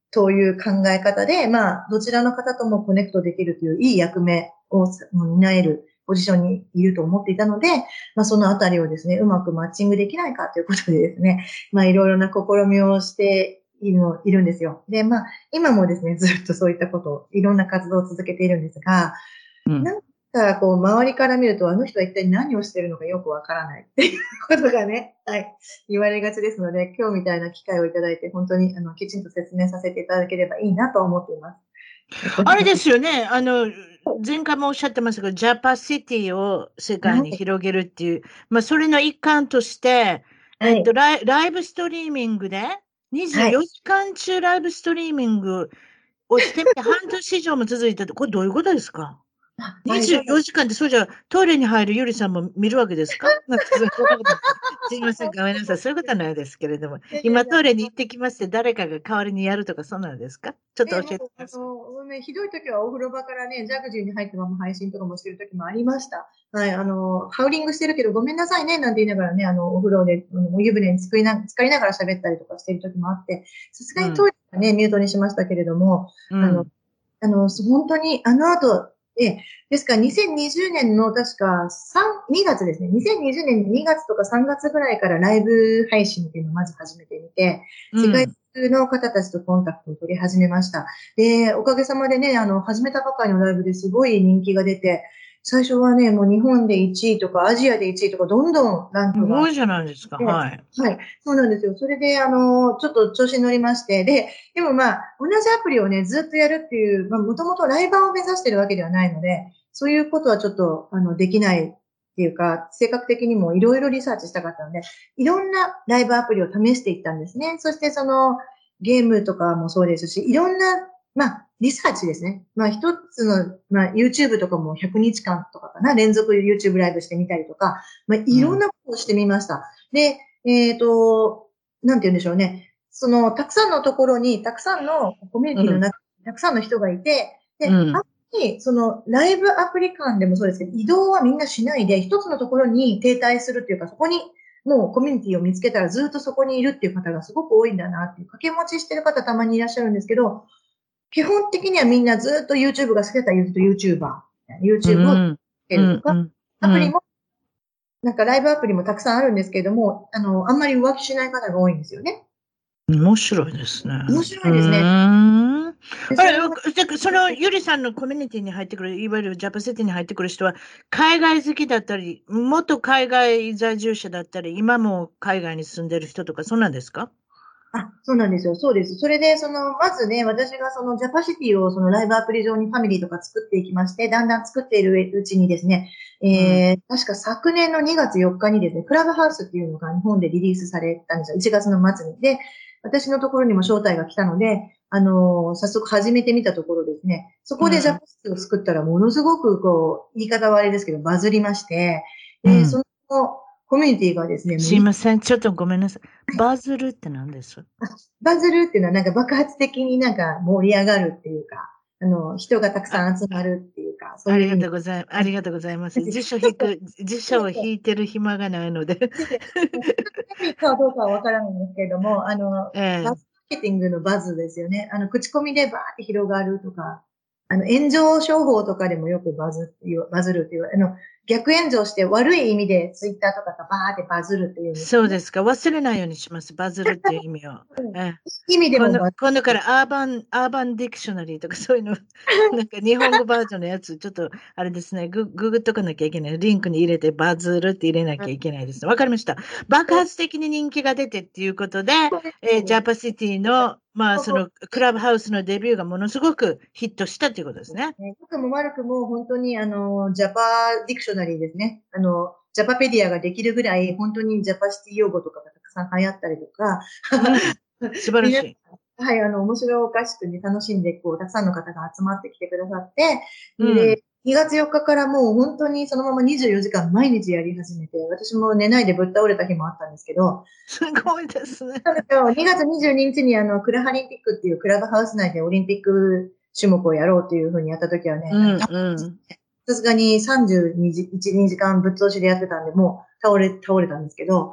Speaker 2: という考え方で、まあ、どちらの方ともコネクトできるといういい役目を担えるポジションにいると思っていたので、まあ、そのあたりをですね、うまくマッチングできないかということでですね、まあ、いろいろな試みをしているんですよ。で、まあ、今もですね、ずっとそういったことを、いろんな活動を続けているんですが、なんか、こう、周りから見ると、あの人は一体何をしてるのかよくわからないっていうことがね、はい、言われがちですので、今日みたいな機会をいただいて、本当に、きちんと説明させていただければいいなと思っています。
Speaker 1: あれですよね。前回もおっしゃってましたけど、ジャパシティを世界に
Speaker 2: はい。
Speaker 1: 広げるっていう、まあ、それの一環として、
Speaker 2: はい。
Speaker 1: ライブストリーミングで、24
Speaker 2: はい。
Speaker 1: 時間中ライブストリーミングをしてみて、半年以上も続いたって、これどういうことですか？
Speaker 2: はい、
Speaker 1: 24時間って、そうじゃ、トイレに入るゆりさんも見るわけですか？なんかそんなことない。すいません、ごめんなさい。そういうことはないですけれども、今トイレに行ってきますって誰かが代わりにやるとか、そうなんですか？ちょっと
Speaker 2: ね、
Speaker 1: 教えてください。
Speaker 2: もうね、ひどい時はお風呂場からね、ジャグジーに入ったまま配信とかもしてる時もありました。はい、ハウリングしてるけどごめんなさいね、なんて言いながらね、お風呂で、お湯船に浸かりながら喋ったりとかしてる時もあって、さすがにトイレはね、ミュートにしましたけれども、あの、
Speaker 1: うん。
Speaker 2: 本当にあの後、ですから2020年の確か2月ですね。2020年の2月とか3月ぐらいからライブ配信っていうのをまず始めてみて、世界
Speaker 1: うん。
Speaker 2: 中の方たちとコンタクトを取り始めました。で、おかげさまでね、始めたばかりのライブですごい人気が出て、最初はね、もう日本で1位とかアジアで1位とかどんどんランクが
Speaker 1: すごいじゃないですか。
Speaker 2: で、
Speaker 1: はい。
Speaker 2: はい、そうなんですよ。それで、ちょっと調子に乗りまして、でもまあ、同じアプリをね、ずっとやるっていう、まあ、もともとライバーを目指してるわけではないので、そういうことはちょっと、できないっていうか、性格的にもいろいろリサーチしたかったので、いろんなライブアプリを試していったんですね。そしてその、ゲームとかもそうですし、いろんな、まあ、リサーチですね。まあ、一つの、まあ、YouTube とかも100日間とかかな、連続 YouTube ライブしてみたりとか、まあ、いろん
Speaker 1: うん。
Speaker 2: なことをしてみました。で、なんて言うんでしょうね。その、たくさんのところに、たくさんのコミュニ
Speaker 1: うん。
Speaker 2: ティの中に、たくさんの人がいて、で、あんま
Speaker 1: うん。
Speaker 2: り、その、ライブアプリ間でもそうですけど、移動はみんなしないで、一つのところに停滞するっていうか、そこに、もうコミュニティを見つけたらずっとそこにいるっていう方がすごく多いんだなっていう、掛け持ちしてる方たまにいらっしゃるんですけど、基本的にはみんなずっと YouTube が好きだったらずっと YouTuber、
Speaker 1: う
Speaker 2: YouTube をつ
Speaker 1: ん。うん。
Speaker 2: けるとか、
Speaker 1: うん。うん。
Speaker 2: アプリもなんかライブアプリもたくさんあるんですけれども、あんまり浮気しない方が多いんですよね。
Speaker 1: 面白いですね。
Speaker 2: 面白
Speaker 1: う
Speaker 2: いですね。
Speaker 1: ーん。
Speaker 2: で、
Speaker 1: あれ、
Speaker 2: それも、
Speaker 1: そのゆりさんのコミュニティに入ってくる、いわゆるジャパセティに入ってくる人は、海外好きだったり、元海外在住者だったり、今も海外に住んでる人とか、そうなんですか？
Speaker 2: そうなんですよ。そうです。それで、まずね、私がそのジャパシティをそのライブアプリ上にファミリーとか作っていきまして、だんだん作っているうちにですね、
Speaker 1: うん。
Speaker 2: 確か昨年の2月4日にですね、クラブハウスっていうのが日本でリリースされたんですよ。1月の末に。で、私のところにも招待が来たので、早速始めてみたところですね、そこでジャ
Speaker 1: うん。
Speaker 2: パシティを作ったらものすごくこう、言い方はあれですけど、バズりまして、で、そ
Speaker 1: うん。
Speaker 2: のコミュニティがですね、もう
Speaker 1: すいません。ちょっとごめんなさい。バズるって何です？
Speaker 2: バズるっていうのはなんか爆発的になんか盛り上がるっていうか、人がたく
Speaker 1: あ、
Speaker 2: さん集まるっていうか、そういう意味。
Speaker 1: ありがとうございます。辞書を引いてる暇がないので。
Speaker 2: 意味かどうかはわからないんですけれども、
Speaker 1: ええ。
Speaker 2: バズマーケティングのバズですよね。口コミでバーって広がるとか、炎上商法とかでもよくバズるっていう、逆炎上して悪い意味でツイッターとかがバーってバズるっていうんですよね。
Speaker 1: そうですか。忘れないようにします。バズるっていう意味を。ええ。
Speaker 2: 意味でもバズ
Speaker 1: 今度か
Speaker 2: る。
Speaker 1: らアーバンディクショナリーとかそういうの、なんか日本語バージョンのやつ、ちょっとあれですね、ググっとかなきゃいけない。リンクに入れてバズるって入れなきゃいけないですね。わかりました。爆発的に人気が出てっていうことで、ジャパシティの、まあそのクラブハウスのデビューがものすごくヒットしたっていうことですね。
Speaker 2: 良くも悪くも本当にジャパディクショナリーですね。ジャパペディアができるぐらい、本当にジャパシティ用語とかがたくさん流行ったりとか、
Speaker 1: うん。素晴らし
Speaker 2: 皆さ
Speaker 1: い。
Speaker 2: ん、はい、面白おかしくね、楽しんで、こう、たくさんの方が集まってきてくださって、
Speaker 1: うん。
Speaker 2: で、2月4日からもう本当にそのまま24時間毎日やり始めて、私も寝ないでぶっ倒れた日もあったんですけど、
Speaker 1: すごいですね。
Speaker 2: 2月22日にクラハリンピックっていうクラブハウス内でオリンピック種目をやろうっていうふうにやった時はね、
Speaker 1: うん、うん。
Speaker 2: さすがに32時、1、2時間ぶっ通しでやってたんで、もう倒れたんですけど、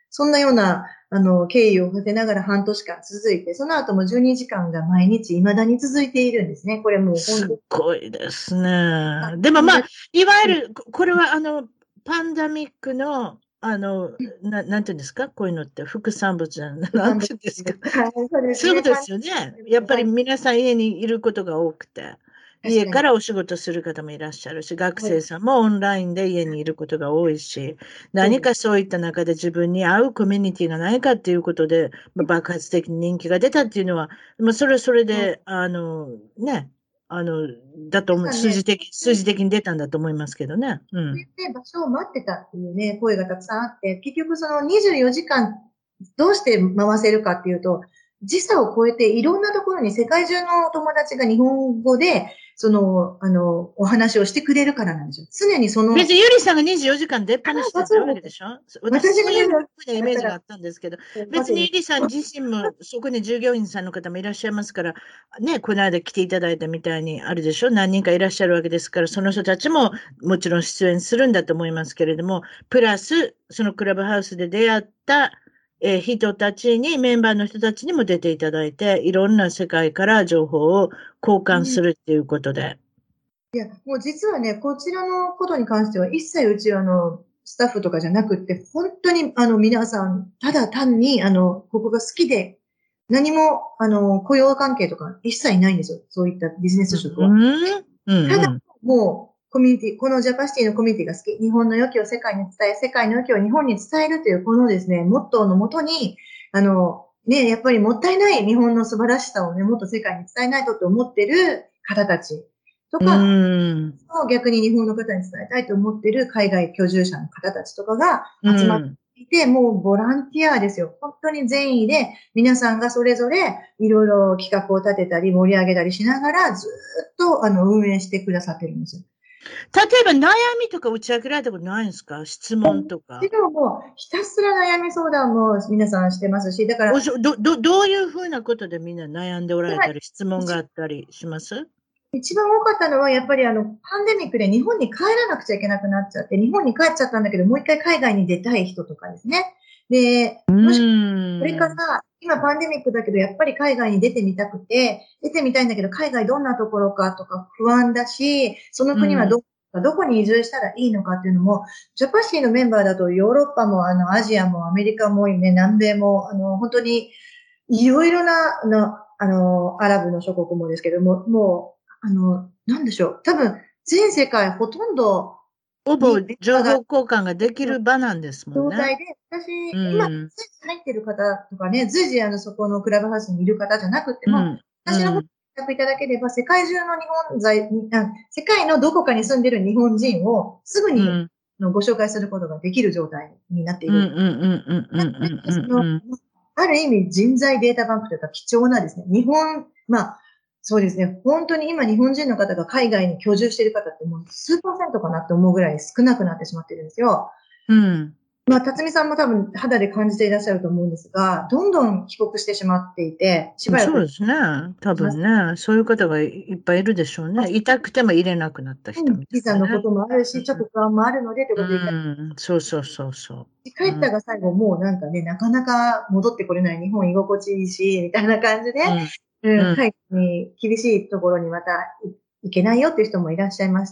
Speaker 2: そんなような、経緯を経てながら半年間続いて、その後も12時間が毎日未だに続いているんですね。これもう本
Speaker 1: すっ
Speaker 2: 当に。
Speaker 1: ごいですね。でもまあ、いわゆる、これはパンダミックの、なんていうんですかこういうのって、副産物じゃない、なんていうんですか。
Speaker 2: はい、そうですね。
Speaker 1: そういうことですよね。やっぱり皆さん家にいることが多くて、
Speaker 2: 確かに。
Speaker 1: 家からお仕事する方もいらっしゃるし、学
Speaker 2: はい。
Speaker 1: 生さんもオンラインで家にいることが多いし、何
Speaker 2: そうです。
Speaker 1: かそういった中で自分に合うコミュニティがないかっていうことで、爆発的に人気が出たっていうのは、それはそれで、ね、あの、だと思う、
Speaker 2: 皆さんね、
Speaker 1: 数字的に出たんだと思いますけどね。うん。
Speaker 2: で場所を待ってたっていうね、声がたくさんあって、結局その24時間どうして回せるかっていうと、時差を超えていろんなところに世界中のお友達が日本語で、お話をしてくれるからなんですよ。常にその、
Speaker 1: 別にゆりさんが24時間出っ放しじゃないわけ
Speaker 2: そうです。
Speaker 1: でしょ。私
Speaker 2: 私が
Speaker 1: そういうふう
Speaker 2: 24
Speaker 1: なイ
Speaker 2: 時間だったら、
Speaker 1: メージがあったんですけど、
Speaker 2: わけです。
Speaker 1: 別にゆりさん自身もそこに従業員さんの方もいらっしゃいますから、ね、この間来ていただいたみたいにあるでしょ。何人かいらっしゃるわけですから、その人たちももちろん出演するんだと思いますけれども、プラス、そのクラブハウスで出会った、人たちに、メンバーの人たちにも出ていただいて、いろんな世界から情報を交換するっていうことで。
Speaker 2: いや、もう実はね、こちらのことに関しては、一切うちはスタッフとかじゃなくって、本当に皆さん、ただ単にここが好きで、何も雇用関係とか一切ないんですよ。そういったビジネ
Speaker 1: う
Speaker 2: ス職は。
Speaker 1: ん、うん、
Speaker 2: ただ、
Speaker 1: うん。
Speaker 2: もう、コミュニティ、このジャパシティのコミュニティが好き、日本の良きを世界に伝え、世界の良きを日本に伝えるという、このですね、モットーのもとに、やっぱりもったいない日本の素晴らしさをね、もっと世界に伝えないとと思ってる方たちと
Speaker 1: う
Speaker 2: か、
Speaker 1: ん。
Speaker 2: 逆に日本の方に伝えたいと思っている海外居住者の方たちとかが
Speaker 1: う
Speaker 2: 集まって
Speaker 1: ん。
Speaker 2: いて、もうボランティアですよ。本当に善意で皆さんがそれぞれいろいろ企画を立てたり盛り上げたりしながらずっと運営してくださってるんですよ。
Speaker 1: 例えば悩みとか打ち明けられたことないんですか？質問とか。
Speaker 2: でももうひたすら悩み相談も皆さんしてますし、だから
Speaker 1: どういうふうなことでみんな悩んでおられ
Speaker 2: 今
Speaker 1: たり、質問があったりします？
Speaker 2: 一番多かったのは、やっぱりパンデミックで日本に帰らなくちゃいけなくなっちゃって、日本に帰っちゃったんだけど、もう一回海外に出たい人とかですね。で、
Speaker 1: う
Speaker 2: もし、これ
Speaker 1: ーん。
Speaker 2: から、今パンデミックだけど、やっぱり海外に出てみたくて、出てみたいんだけど、海外どんなところかとか不安だし、その
Speaker 1: うん。
Speaker 2: 国はどこに移住したらいいのかっていうのも、ジャパシーのメンバーだとヨーロッパも、アジアもアメリカもね、南米も、本当に、いろいろな、アラブの諸国もですけども、もう、なんでしょう。多分、全世界ほとんど
Speaker 1: ほぼ
Speaker 2: にメンバーが
Speaker 1: 情報交換ができる場なんですもんね。
Speaker 2: 状態で、私、
Speaker 1: う
Speaker 2: 今、
Speaker 1: ん。
Speaker 2: 随時入ってる方とかね、随時そこのクラブハウスにいる方じゃなくても、
Speaker 1: うん。う
Speaker 2: 私の方に
Speaker 1: ん。
Speaker 2: 連絡いただければ、世界中の日本在、世界のどこかに住んでる日本人をすぐに
Speaker 1: うん。
Speaker 2: ご紹介することができる状態になってい
Speaker 1: うん。うん。
Speaker 2: る。
Speaker 1: うん。うん。うん。うん。うん。
Speaker 2: ある意味人材データバンクというか貴重なですね、そうですね、本当に今日本人の方が海外に居住している方ってもう数パーセントかなって思うぐらい少なくなってしまってるんですよ。
Speaker 1: うん。
Speaker 2: 辰巳さんも多分肌で感じていらっしゃると思うんですが、どんどん帰国してしまっていて、しばらく
Speaker 1: そうですね。多
Speaker 2: います。
Speaker 1: 分ね。そういう方がいっぱいいるでしょうね。痛くても入れなくなった人みた
Speaker 2: ビ
Speaker 1: いなね。
Speaker 2: ザのこともあるし、ちょっと不安もあるので、という
Speaker 1: う
Speaker 2: ことで、
Speaker 1: ん。そうそうそうそう。
Speaker 2: 帰ったが最後もうなんかね、なかなか戻ってこれない日本居心地いいし、みたいな感じで、
Speaker 1: うん。うん。
Speaker 2: 海外に厳しいところにまた行けないよっていう人もいらっしゃいまして、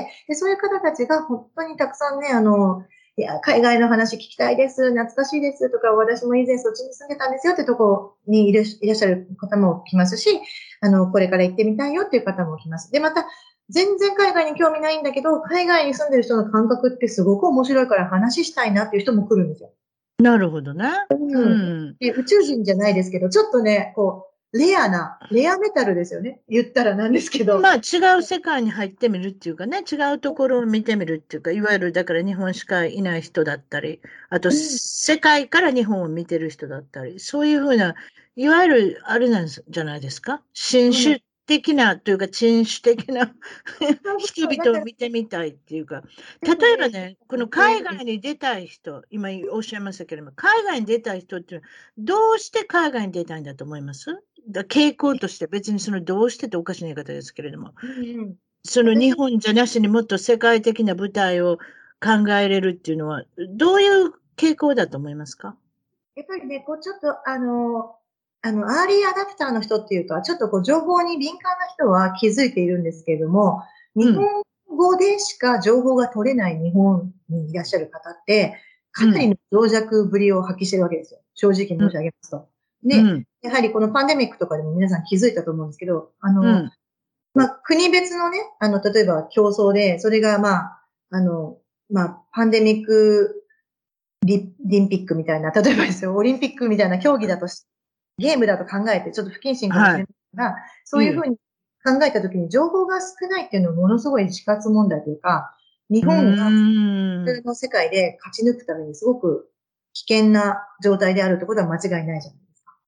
Speaker 2: で、そういう方たちが本当にたくさんね、いや、海外の話聞きたいです、懐かしいですとか、私も以前そっちに住んでたんですよってとこにいらっしゃる方も来ますし、これから行ってみたいよっていう方も来ます。で、また、全然海外に興味ないんだけど、海外に住んでる人の感覚ってすごく面白いから話したいなっていう人も来るんですよ。
Speaker 1: なるほどね。う
Speaker 2: うん。
Speaker 1: ん。
Speaker 2: で、宇宙人じゃないですけど、ちょっとね、レアメタルですよね。言ったらなんですけど。
Speaker 1: まあ違う世界に入ってみるっていうかね、違うところを見てみるっていうか、いわゆるだから日本しかいない人だったり、あと
Speaker 2: うん。
Speaker 1: 世界から日本を見てる人だったり、そういうふうな、いわゆるあれなんじゃないですか。新
Speaker 2: そうなんで
Speaker 1: 種的なというか、珍種的な人
Speaker 2: す。だから、
Speaker 1: 々を見てみたいっていうか、例
Speaker 2: ぜひね、
Speaker 1: えばね、この
Speaker 2: そういうの
Speaker 1: 海外に出たい人、今おっしゃいましたけれども、海外に出たい人っていうのは、どうして海外に出たいんだと思います？傾向として別にそのどうしてっておかしな言い方ですけれども、
Speaker 2: うんうん。
Speaker 1: その日
Speaker 2: 私、
Speaker 1: 本じゃなしにもっと世界的な舞台を考えれるっていうのは、どういう傾向だと思いますか？
Speaker 2: やっぱりね、こうちょっとアーリーアダプターの人っていうか、ちょっとこう情報に敏感な人は気づいているんですけれども、日本語でしか情報が取れない日本にいらっしゃる方って、かなりの脆弱ぶりを発揮してるわけですよ。正直申し上げますと。で、やはりこのパンデミックとかでも皆さん気づいたと思うんですけど、国別のね、例えば競争で、それがパンデミックリンピックみたいな、例えばですよ、オリンピックみたいな競技だとゲームだと考えて、ちょっと不謹慎かもしれないが、そういうふうに考えたときに情報が少ないっていうのはものすごい死活問題というか、日本がその世界で勝ち抜くためにすごく危険な状態であるってことは間違いないじゃないですか。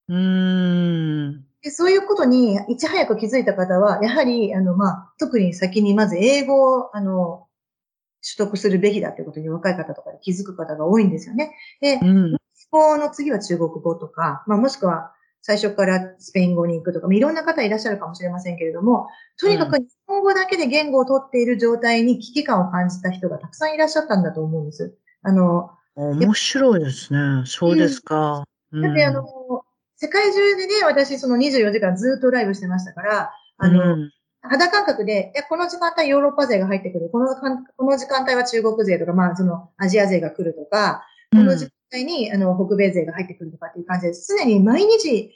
Speaker 2: でそういうことにいち早く気づいた方は、やはり、特に先にまず英語を、取得するべきだということに若い方とかで気づく方が多いんですよね。で、英語の次は中国語とか、もしくは最初からスペイン語に行くとか、いろんな方いらっしゃるかもしれませんけれども、とにかく日本語だけで言語を取っている状態に危機感を感じた人がたくさんいらっしゃったんだと思うんです。
Speaker 1: 面白いですね。そうですか。
Speaker 2: だって世界中でね、私その24時間ずっとライブしてましたから、肌感覚で、この時間帯ヨーロッパ勢が入ってくる。この時間帯は中国勢とか、そのアジア勢が来るとか、この時間帯に北米勢が入ってくるとかっていう感じで、常に毎日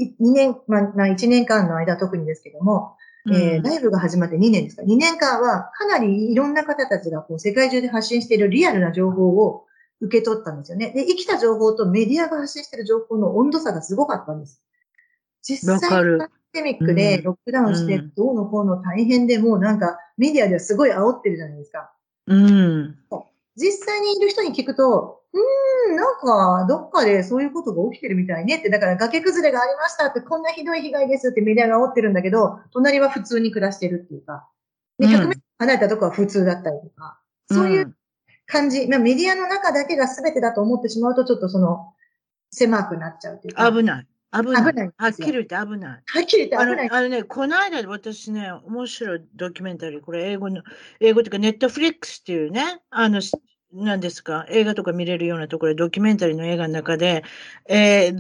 Speaker 2: 1年間の間特にですけども、ライブが始まって2年ですか。2年間はかなりいろんな方たちがこう世界中で発信しているリアルな情報を受け取ったんですよね。で、生きた情報とメディアが発信している情報の温度差がすごかったんです。実際にパンデミックでロックダウンしてどうのこうの大変でもうなんかメディアではすごい煽ってるじゃないですか。実際にいる人に聞くと、なんかどっかでそういうことが起きてるみたいねって、だから崖崩れがありましたってこんなひどい被害ですってメディアが煽ってるんだけど、隣は普通に暮らしてるっていうか、で100メートル離れたところは普通だったりとか、そういう感じ、メディアの中だけが全てだと思ってしまうとちょっと狭くなっちゃうっていうか。
Speaker 1: 危ない。危ない。はっきり言って危ない。
Speaker 2: はっきり言って危ない。
Speaker 1: この間私ね、面白いドキュメンタリー、これ英語というか、ネットフリックスっていうね、何ですか、映画とか見れるようなところで、ドキュメンタリーの映画の中で、The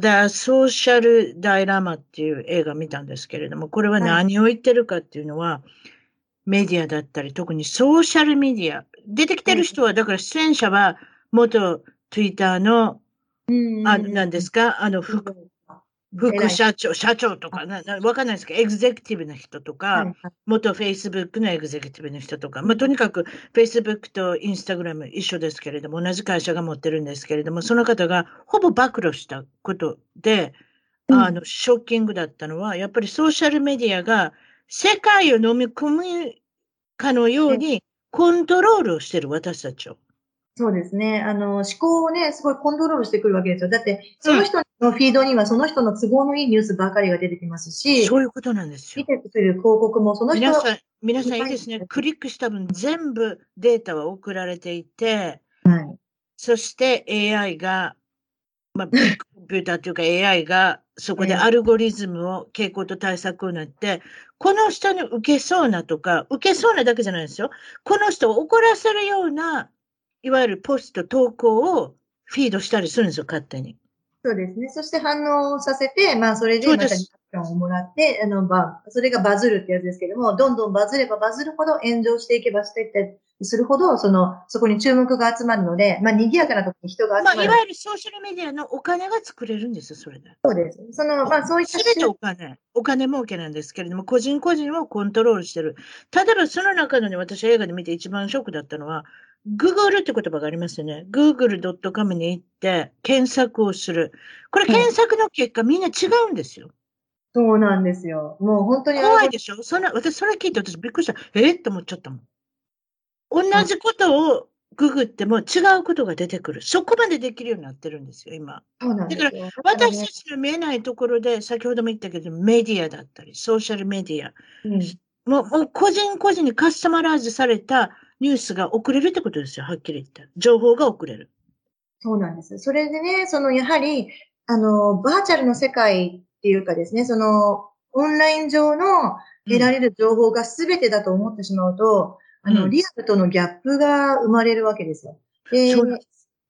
Speaker 1: Social Dilemma っていう映画見たんですけれども、これは何を言ってるかっていうのは、メディアだったり、特にソーシャルメディア。出てきてる人は、だから出演者は、元 Twitter の、何ですか、副社長とか、わかんないですけど、エグゼクティブな人とか、元 Facebook のエグゼクティブな人とか、とにかく Facebook と Instagram 一緒ですけれども、同じ会社が持ってるんですけれども、その方がほぼ暴露したことで、ショッキングだったのは、やっぱりソーシャルメディアが世界を飲み込むかのようにコントロールをしてる私たちを。
Speaker 2: そうですね。思考をね、すごいコントロールしてくるわけですよ。だって、その人のフィードにはその人の都合のいいニュースばかりが出てきますし、
Speaker 1: そういうことなんですよ。
Speaker 2: 見てくる広告もその人
Speaker 1: 皆さんいいですね。クリックした分全部データは送られていて、そして AI が、ビッグコンピューターというか AI がそこでアルゴリズムを、傾向と対策をなって、この人に受けそうなとか、受けそうなだけじゃないですよ。この人を怒らせるような、いわゆるポスト投稿をフィードしたりするんですよ、勝手に。
Speaker 2: そうですね。そして反応させて、それでまたリアクションをもらって、それがバズるってやつですけども、どんどんバズればバズるほど炎上していけばしていってするほど、そこに注目が集まるので、賑やかなところに人が集まる。
Speaker 1: いわゆるソーシャルメディアのお金が作れるんですよ、それで。
Speaker 2: そうです。そういった。
Speaker 1: すべてお金儲けなんですけれども、個人個人をコントロールしてる。例えばその中で私映画で見て一番ショックだったのは、Google って言葉がありますよね。Google.com に行って検索をする。これ検索の結果みんな違うんですよ。
Speaker 2: そうなんですよ。もう本当に
Speaker 1: 怖いでしょ。私それ聞いて私びっくりした。って思っちゃったもん。同じことをググっても違うことが出てくる。そこまでできるようになってるんですよ、今。
Speaker 2: そうなんですよ。
Speaker 1: だから、私たちの見えないところで、先ほども言ったけど、メディアだったり、ソーシャルメディア。もう個人個人にカスタマライズされたニュースが送れるってことですよ、はっきり言って。情報が送れる。
Speaker 2: そうなんです。それでね、やはり、バーチャルの世界っていうかですね、オンライン上の得られる情報が全てだと思ってしまうと、リアルとのギャップが生まれるわけですよ。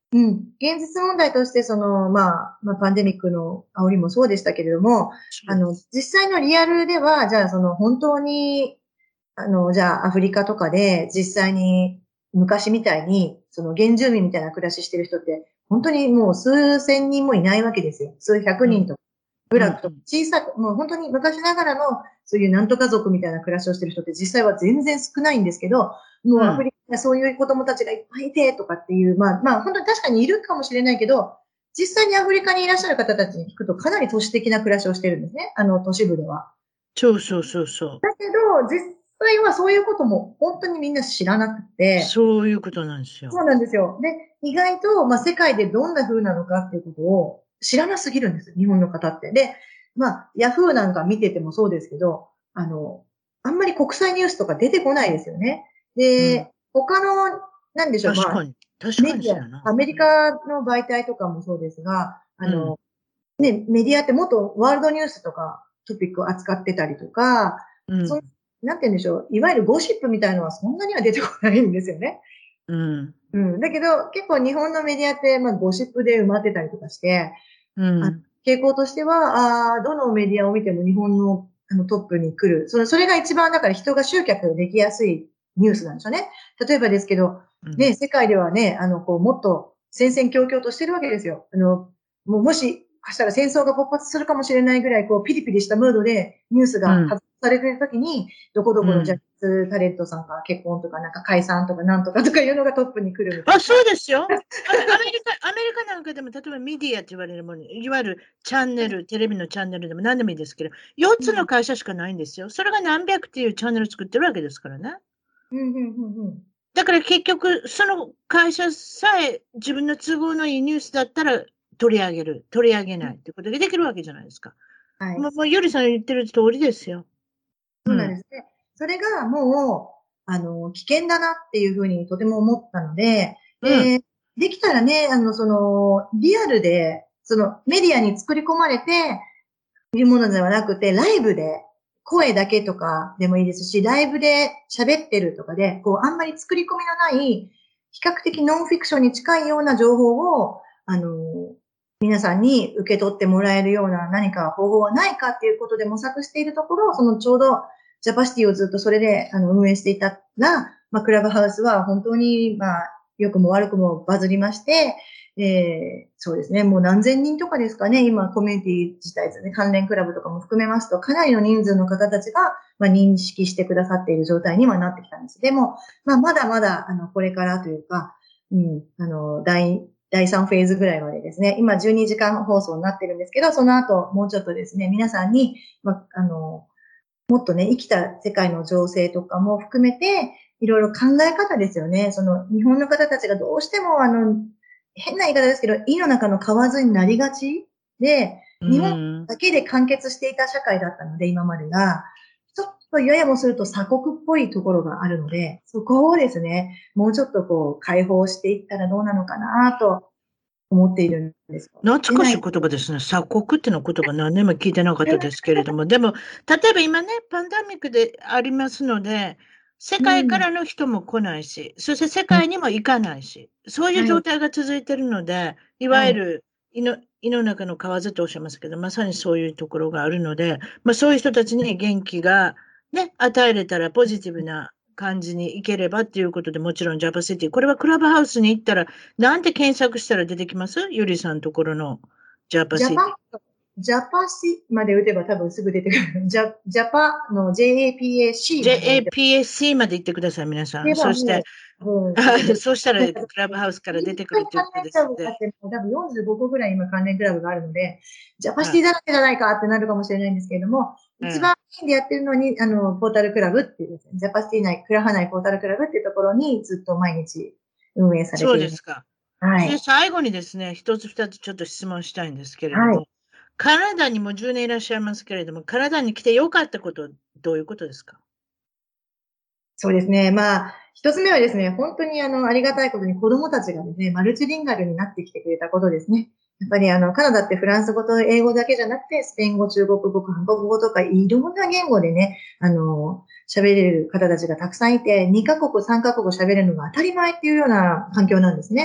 Speaker 2: うん。現実問題として、パンデミックの煽りもそうでしたけれども、
Speaker 1: そう。
Speaker 2: 実際のリアルでは、じゃあ、本当に、じゃあ、アフリカとかで、実際に、昔みたいに、原住民みたいな暮らししてる人って、本当にもう数千人もいないわけですよ。数百
Speaker 1: うん。
Speaker 2: 人とか、部
Speaker 1: うん。
Speaker 2: 落とか、小さく、もう本当に昔ながらの、そういうなんとか族みたいな暮らしをしてる人って実際は全然少ないんですけど、もうアフ
Speaker 1: うん。
Speaker 2: リカにそういう子供たちがいっぱいいてとかっていう、本当に確かにいるかもしれないけど、実際にアフリカにいらっしゃる方たちに聞くとかなり都市的な暮らしをしてるんですね。都市部では。
Speaker 1: そうそうそうそ
Speaker 2: だけど、実際はそういうことも本当にみんな知らなく
Speaker 1: う。
Speaker 2: て、
Speaker 1: そういうことなんですよ。
Speaker 2: そうなんですよ。で、意外と、世界でどんな風なのかっていうことを知らなすぎるんです、日本の方って。で、ヤフーなんか見ててもそうですけど、あんまり国際ニュースとか出てこないですよね。
Speaker 1: うん。
Speaker 2: で、他の、なんでしょう、
Speaker 1: 確かに。確か
Speaker 2: メディア、
Speaker 1: にそうやな。
Speaker 2: アメリカの媒体とかもそうですが、
Speaker 1: うん。
Speaker 2: メディアってもっとワールドニュースとかトピックを扱ってたりとか、そん
Speaker 1: うん。
Speaker 2: なんて言うんでしょう、いわゆるゴシップみたいのはそんなには出てこないんですよね。
Speaker 1: うん。
Speaker 2: うん。だけど、結構日本のメディアって、ゴシップで埋まってたりとかして、あ
Speaker 1: うん。
Speaker 2: 傾向としては、どのメディアを見ても日本のトップに来る。それが一番だから人が集客できやすいニュースなんですよね。例えばですけど、
Speaker 1: うん。
Speaker 2: ね、世界ではね、もっと戦々恐々としてるわけですよ。もしかしたら戦争が勃発するかもしれないぐらい、ピリピリしたムードでニュース
Speaker 1: うん。
Speaker 2: が発されているときに、どこどこのジャニ
Speaker 1: うん。
Speaker 2: ーズタレントさんが結婚とか、なんか解散とかなんとかとかいうのがトップに来るみた
Speaker 1: あ、
Speaker 2: いな。
Speaker 1: そうですよ。アメリカなんかでも、例えばメディアって言われるもの、いわゆるチャンネル、テレビのチャンネルでも何でもいいですけど、4つの
Speaker 2: うん、
Speaker 1: 会社しかないんですよ。それが何百っていうチャンネル作ってるわけですからね。
Speaker 2: うん、うん、うん。
Speaker 1: だから結局、その会社さえ自分の都合のいいニュースだったら取り上げる、取り上げないってことができるわけじゃないですか。
Speaker 2: はい。
Speaker 1: ゆりさん言ってる通りですよ。
Speaker 2: そうなん
Speaker 1: うん。
Speaker 2: ですね。それがもう、危険だなっていうふうにとても思ったので、
Speaker 1: うん。
Speaker 2: で、できたらね、リアルで、メディアに作り込まれているものではなくて、ライブで、声だけとかでもいいですし、ライブで喋ってるとかで、あんまり作り込みのない、比較的ノンフィクションに近いような情報を、皆さんに受け取ってもらえるような何か方法はないかっていうことで模索しているところ、ちょうどジャパシティをずっとそれで運営していたら、クラブハウスは本当に、良くも悪くもバズりまして、そうですね、もう何千人とかですかね、今コミュニティ自体ですね、関連クラブとかも含めますと、かなりの人数の方たちが、認識してくださっている状態にはなってきたんです。でも、まだまだ、これからというか、うん、第3フェーズぐらいまでですね、今12時間放送になってるんですけど、その後もうちょっとですね、皆さんに、もっとね、生きた世界の情勢とかも含めて、いろいろ考え方ですよね。日本の方たちがどうしても、変な言い方ですけど、井の中の蛙になりがちで、
Speaker 1: う
Speaker 2: 日本
Speaker 1: ん。
Speaker 2: だけで完結していた社会だったので、今までが。ちょっとややもすると鎖国っぽいところがあるので、そこをですね、もうちょっと解放していったらどうなのかなと思っているんですよ。
Speaker 1: 懐かしい
Speaker 2: でないと。
Speaker 1: 言葉ですね。鎖国っての言葉何年も聞いてなかったですけれども、でも、例えば今ね、パンデミックでありますので、世
Speaker 2: うん。
Speaker 1: 界からの人も来ないし、そして世界にも行かないし、そういう
Speaker 2: はい。
Speaker 1: 状態が続いているので、いわ
Speaker 2: はい。
Speaker 1: ゆる胃の中の蛙とおっしゃいますけど、まさにそういうところがあるので、そういう人たちに元気がね、与えれたらポジティブな感じに行ければっていうことで、もちろんジャパシティ、これはクラブハウスに行ったら、なんて検索したら出てきますゆりさんのところのジャパ
Speaker 2: ジャパ、
Speaker 1: シテ
Speaker 2: ジャパシまで打てば多分すぐ出てくる。ジャパの
Speaker 1: ィ。
Speaker 2: JAPAC まで打てば。
Speaker 1: JAPSC まで行ってください、皆さん。
Speaker 2: では
Speaker 1: そして、
Speaker 2: もう、もうそこで。
Speaker 1: そうしたら
Speaker 2: もう
Speaker 1: クラブハウスから出てくる
Speaker 2: いっぱい
Speaker 1: ということで
Speaker 2: 関連クラ
Speaker 1: すので、
Speaker 2: ブがあって、多分45個ぐらい今関連クラブがあるので、ジャパシ
Speaker 1: はい。
Speaker 2: ティだらけじゃないかってなるかもしれないんですけれども、一番
Speaker 1: うん、
Speaker 2: メインでやってるのに、ポータルクラブっていうですね、ジャパシティ内、クラハ内ポータルクラブっていうところにずっと毎日運営され
Speaker 1: そう
Speaker 2: ています。
Speaker 1: ですか。それで
Speaker 2: はい。
Speaker 1: 最後にですね、一つ二つちょっと質問したいんですけれど
Speaker 2: はい。
Speaker 1: も、カナダにも10年いらっしゃいますけれども、カナダに来てよかったこと、どういうことですか？
Speaker 2: そうですね。一つ目はですね、本当にありがたいことに子供たちがですね、マルチリンガルになってきてくれたことですね。やっぱりカナダってフランス語と英語だけじゃなくて、スペイン語、中国語、韓国語とか、いろんな言語でね、喋れる方たちがたくさんいて、2カ国、3カ国喋れるのが当たり前っていうような環境なんですね。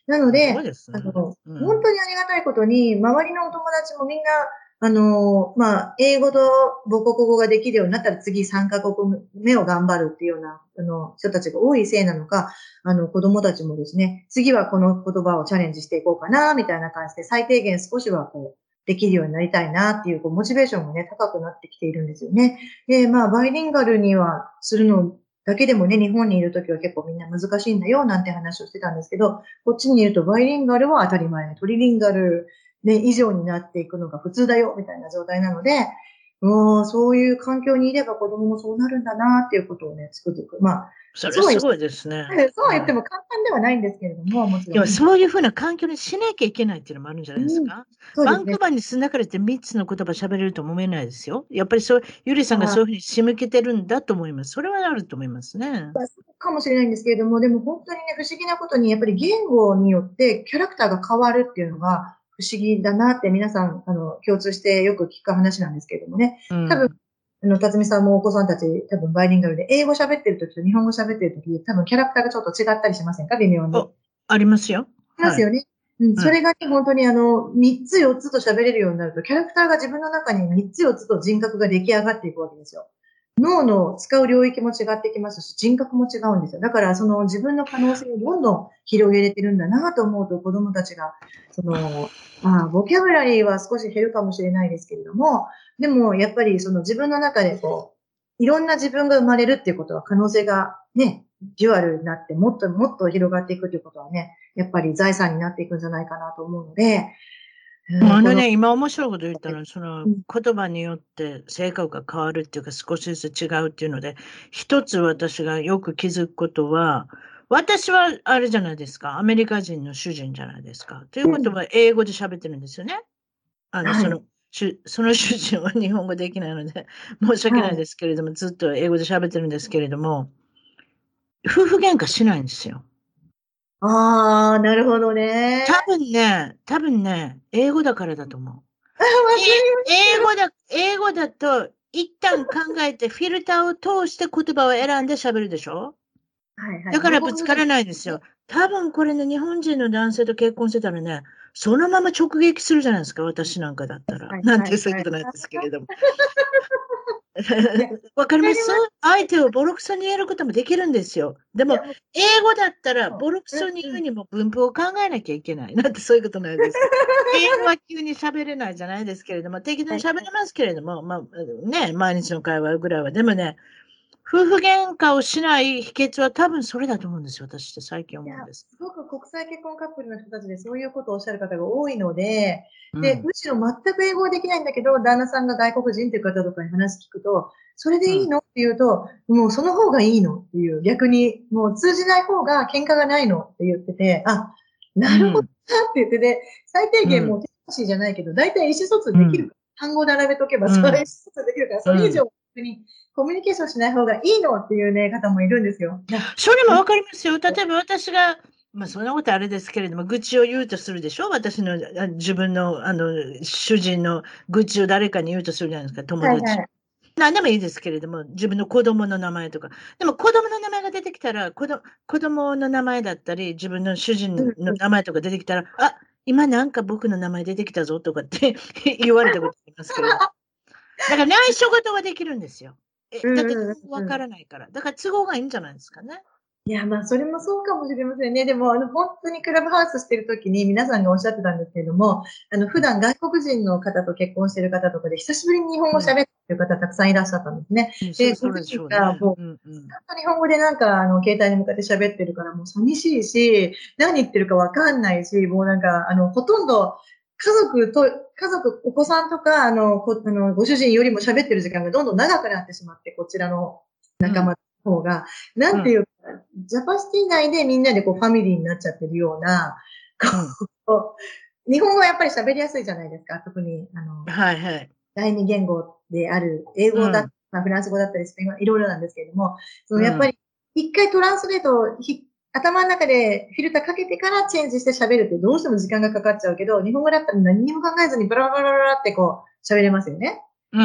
Speaker 2: なので、
Speaker 1: すごいですね。
Speaker 2: 本当にありがたいことに、周りのお友達もみんな、英語と母国語ができるようになったら次3カ国目を頑張るっていうような、人たちが多いせいなのか、子供たちもですね、次はこの言葉をチャレンジしていこうかな、みたいな感じで、最低限少しはできるようになりたいなっていう、モチベーションがね、高くなってきているんですよね。で、バイリンガルにはするのだけでもね、日本にいるときは結構みんな難しいんだよ、なんて話をしてたんですけど、こっちにいるとバイリンガルは当たり前、トリリンガルね、以上になっていくのが普通だよ、みたいな状態なので、もう、そういう環境にいれば子供もそうなるんだな、っていうことをね、つくづく。そう
Speaker 1: それすごいですね。
Speaker 2: そう言っても簡単ではないんですけれども、もちろん。
Speaker 1: でもそういうふうな環境にしなきゃいけないっていうのもあるんじゃないです
Speaker 2: うん、
Speaker 1: か。
Speaker 2: そうですね。
Speaker 1: バンクーバーに住んだからって3つの言葉喋れるとも思えないですよ。やっぱりそう、ゆりさんがそういうふうに仕向けてるんだと思います。それはあると思いますね。
Speaker 2: そうかもしれないんですけれども、でも本当にね、不思議なことに、やっぱり言語によってキャラクターが変わるっていうのが不思議だなって皆さん、共通してよく聞く話なんですけれどもね。多分、
Speaker 1: うん。
Speaker 2: 辰巳さんもお子さんたち多分バイリンガルで、英語喋ってる時と日本語喋ってる時で多分キャラクターがちょっと違ったりしませんか？微妙に。
Speaker 1: お、ありますよ。はい。
Speaker 2: いますよね。うん、
Speaker 1: はい。
Speaker 2: それがね、本当に3つ4つと喋れるようになると、キャラクターが自分の中に3つ4つと人格が出来上がっていくわけですよ。脳の使う領域も違ってきますし、人格も違うんですよ。だから、その自分の可能性をどんどん広げれてるんだなと思うと、子供たちが、ボキャブラリーは少し減るかもしれないですけれども、でも、やっぱりその自分の中でいろんな自分が生まれるっていうことは可能性がね、デュアルになってもっともっと広がっていくということはね、やっぱり財産になっていくんじゃないかなと思うので、この、
Speaker 1: 今面白いこと言ったのは、その
Speaker 2: うん、
Speaker 1: 言葉によって性格が変わるっていうか少しずつ違うっていうので、一つ私がよく気づくことは、私はあれじゃないですか、アメリカ人の主人じゃないですか。ということは英語で喋ってるんですよね。
Speaker 2: はい、
Speaker 1: その主人は日本語できないので、申し訳ない
Speaker 2: はい。
Speaker 1: ですけれども、ずっと英語で喋ってるんですけれども、夫婦喧嘩しないんですよ。
Speaker 2: ああ、なるほどね。
Speaker 1: 多分ね、英語だからだと思う。
Speaker 2: あ、わか
Speaker 1: 英語だと、一旦考えてフィルターを通して言葉を選んで喋るでしょ。
Speaker 2: ります。はい、はい。
Speaker 1: だから
Speaker 2: 向こうの人
Speaker 1: ぶつからないんですよ。多分これね、日本人の男性と結婚してたらね、そのまま直撃するじゃないですか、私なんかだったら。
Speaker 2: はい、
Speaker 1: なん
Speaker 2: はい、はい。
Speaker 1: てそういうことなんですけれども。
Speaker 2: いや、わ
Speaker 1: わかります。
Speaker 2: かります。
Speaker 1: 相手をボロクソに言えることもできるんですよ。でも、
Speaker 2: いや、もう、
Speaker 1: 英語だったら、
Speaker 2: そう。
Speaker 1: ボロクソに
Speaker 2: うん、うん。
Speaker 1: 言うにも文法を考えなきゃいけない。なんてそういうことなんですか。英語は急に喋れないじゃないですけれども、適当
Speaker 2: はい、
Speaker 1: に喋れますけれども、まあね、毎日の会話ぐらいは。でもね、夫婦喧嘩をしない秘訣は多分それだと思うんですよ。私って最近
Speaker 2: いや、
Speaker 1: 思うんです。
Speaker 2: すごく国際結婚カップルの人たちでそういうことをおっしゃる方が多いので、で、
Speaker 1: うん。
Speaker 2: むしろ全く英語はできないんだけど、旦那さんが外国人っていう方とかに話聞くと、それ
Speaker 1: うん。
Speaker 2: でいいのって言うと、もうその方がいいのっていう、逆に、もう通じない方が喧嘩がないのって言ってて、あ、なるほど
Speaker 1: うん。
Speaker 2: なって言ってて、最低
Speaker 1: うん。
Speaker 2: 限もうテクノロジーじゃないけど、大体意思疎通
Speaker 1: うん。
Speaker 2: できるから、単語を並べとけば、それ意思
Speaker 1: うん。
Speaker 2: 疎通できるから、それ以上
Speaker 1: うん。
Speaker 2: にコミュニケーションしない方がいいのっていうね、方もいるんですよ。
Speaker 1: それもわかりますよ。例えば私が、まあそんなことあれですけれども、愚痴を言うとするでしょ。私の、自分の、主人の愚痴を誰かに言うとするじゃないですか、友達。
Speaker 2: はいはい。
Speaker 1: 何でもいいですけれども、自分の子供の名前とか。でも子供の名前が出てきたら、子供の名前だったり、自分の主人の
Speaker 2: うんうん。
Speaker 1: 名前とか出てきたら、あ、今なんか僕の名前出てきたぞとかって言われたことありますけれど。だから内緒事はできるんですよ。だって
Speaker 2: うんうん
Speaker 1: わか
Speaker 2: うん。
Speaker 1: らないから。だから都合がいいんじゃないですかね。
Speaker 2: いや、それもそうかもしれませんね。でも、本当にクラブハウスしてる時に皆さんがおっしゃってたんですけれども、普段外国人の方と結婚してる方とかで、久しぶりに日本語
Speaker 1: うん。
Speaker 2: 喋ってる方たくさんいらっしゃったんですね。
Speaker 1: うん、
Speaker 2: で、ご主
Speaker 1: それでし
Speaker 2: 人が
Speaker 1: ょうね。
Speaker 2: もう、
Speaker 1: うんうん。
Speaker 2: ずっと日本語でなんか、携帯に向かって喋ってるから、もう寂しいし、何言ってるかわかんないし、もうなんか、ほとんど、家族、お子さんとか、ご主人よりも喋ってる時間がどんどん長くなってしまって、こちらの
Speaker 1: うん。
Speaker 2: 仲間の方が、な
Speaker 1: うん。
Speaker 2: んていうか、ジャパシティ内でみんなでファミリーになっちゃってるような、
Speaker 1: うん。
Speaker 2: こ日本語はやっぱり喋りやすいじゃないですか。特に、
Speaker 1: はいはい。
Speaker 2: 第二言語である英語だ、
Speaker 1: うん。
Speaker 2: フランス語だったりスペイン語、いろいろなんですけれども、やっぱ
Speaker 1: うん。
Speaker 2: り一回トランスレートを頭の中でフィルターかけてからチェンジして喋るってどうしても時間がかかっちゃうけど、日本語だったら何にも考えずにバラバラバラって喋れますよね。
Speaker 1: うん。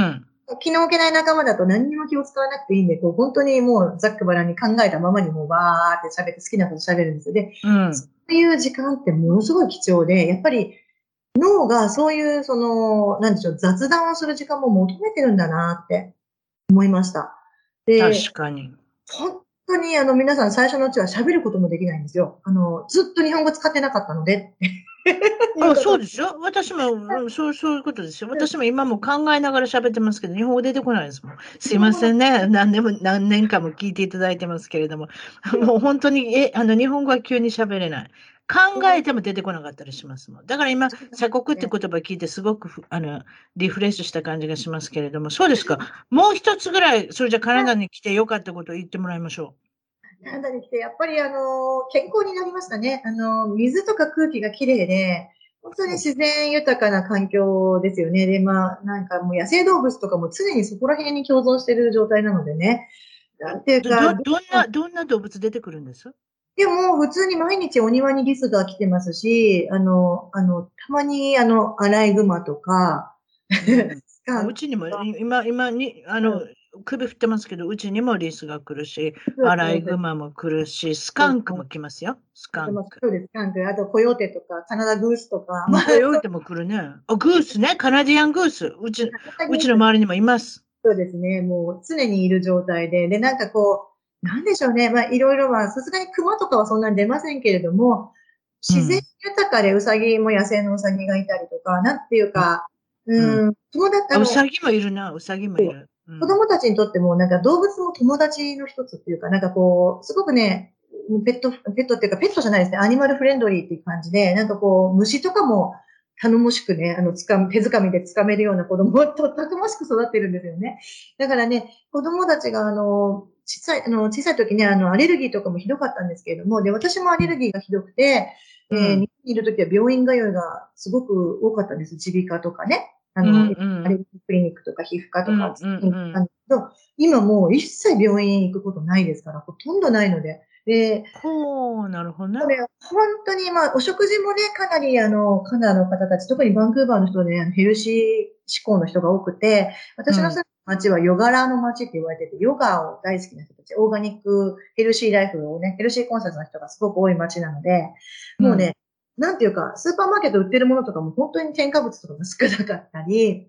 Speaker 2: 気の置けない仲間だと何にも気を使わなくていいんで、こう本当にもうざっくばらんに考えたままにもうバーって喋って好きなこと喋るんですよ。で、そういう時間ってものすごい貴重で、やっぱり脳がそういう、なんでしょう、雑談をする時間も求めてるんだなって思いました。で、
Speaker 1: 確かに。
Speaker 2: 本当に皆さん最初のうちは喋ることもできないんですよ。ずっと日本語使ってなかったので。
Speaker 1: そうですよ。私も、そういうことですよ。私も今も考えながら喋ってますけど、日本語出てこないですもん。すいませんね。何年間も聞いていただいてますけれども。もう本当に、日本語は急に喋れない。考えても出てこなかったりしますもん。だから今、鎖国って言葉聞いてすごく、リフレッシュした感じがしますけれども、そうですか。もう一つぐらい、それじゃカナダに来てよかったことを言ってもらいましょう。
Speaker 2: カナダに来て、やっぱり健康になりましたね。水とか空気がきれいで、本当に自然豊かな環境ですよね。で、なんかもう野生動物とかも常にそこら辺に共存している状態なのでね。なんていうか、
Speaker 1: どんな動物出てくるんです？
Speaker 2: でも、普通に毎日お庭にリスが来てますし、たまに、アライグマとか、
Speaker 1: うちにも、今に、首振ってますけど、うちにもリスが来るし、アライグマも来るし、スカンクも来ますよ。スカンク。
Speaker 2: そうです、スカンク。あと、コヨーテとか、カナダグースとか。
Speaker 1: コヨーテも来るね。グースね。カナディアングース。うちの周りにもいます。
Speaker 2: そうですね。もう常にいる状態で。で、なんかこう、なんでしょうね。いろいろさすがに熊とかはそんなに出ませんけれども、自然豊かでウサギも野生のウサギがいたりとか、なんていうか、友達、
Speaker 1: ウサギもいるな。ウサギもいる。
Speaker 2: 子供たちにとっても、なんか動物も友達の一つっていうか、なんかこう、すごくね、ペットっていうか、ペットじゃないですね。アニマルフレンドリーっていう感じで、なんかこう、虫とかも頼もしくね、手づかみで掴めるような子供とたくましく育ってるんですよね。だからね、子供たちが小さい時ね、アレルギーとかもひどかったんですけれども、で、私もアレルギーがひどくて、日本にいる時は病院通いがすごく多かったんです。耳鼻科とかね。アレルギークリニックとか皮膚科とか、今もう一切病院行くことないですから、ほとんどないので。で、
Speaker 1: なるほどね。
Speaker 2: これ、本当に、お食事もね、かなり、カナダの方たち、特にバンクーバーの人で、ヘルシー志向の人が多くて、私の住んでる街はヨガラーの街って言われてて、ヨガを大好きな人たち、オーガニックヘルシーライフをね、ヘルシーコンサートの人がすごく多い街なので、もうね、なんていうか、スーパーマーケット売ってるものとかも本当に添加物とかが少なかったり、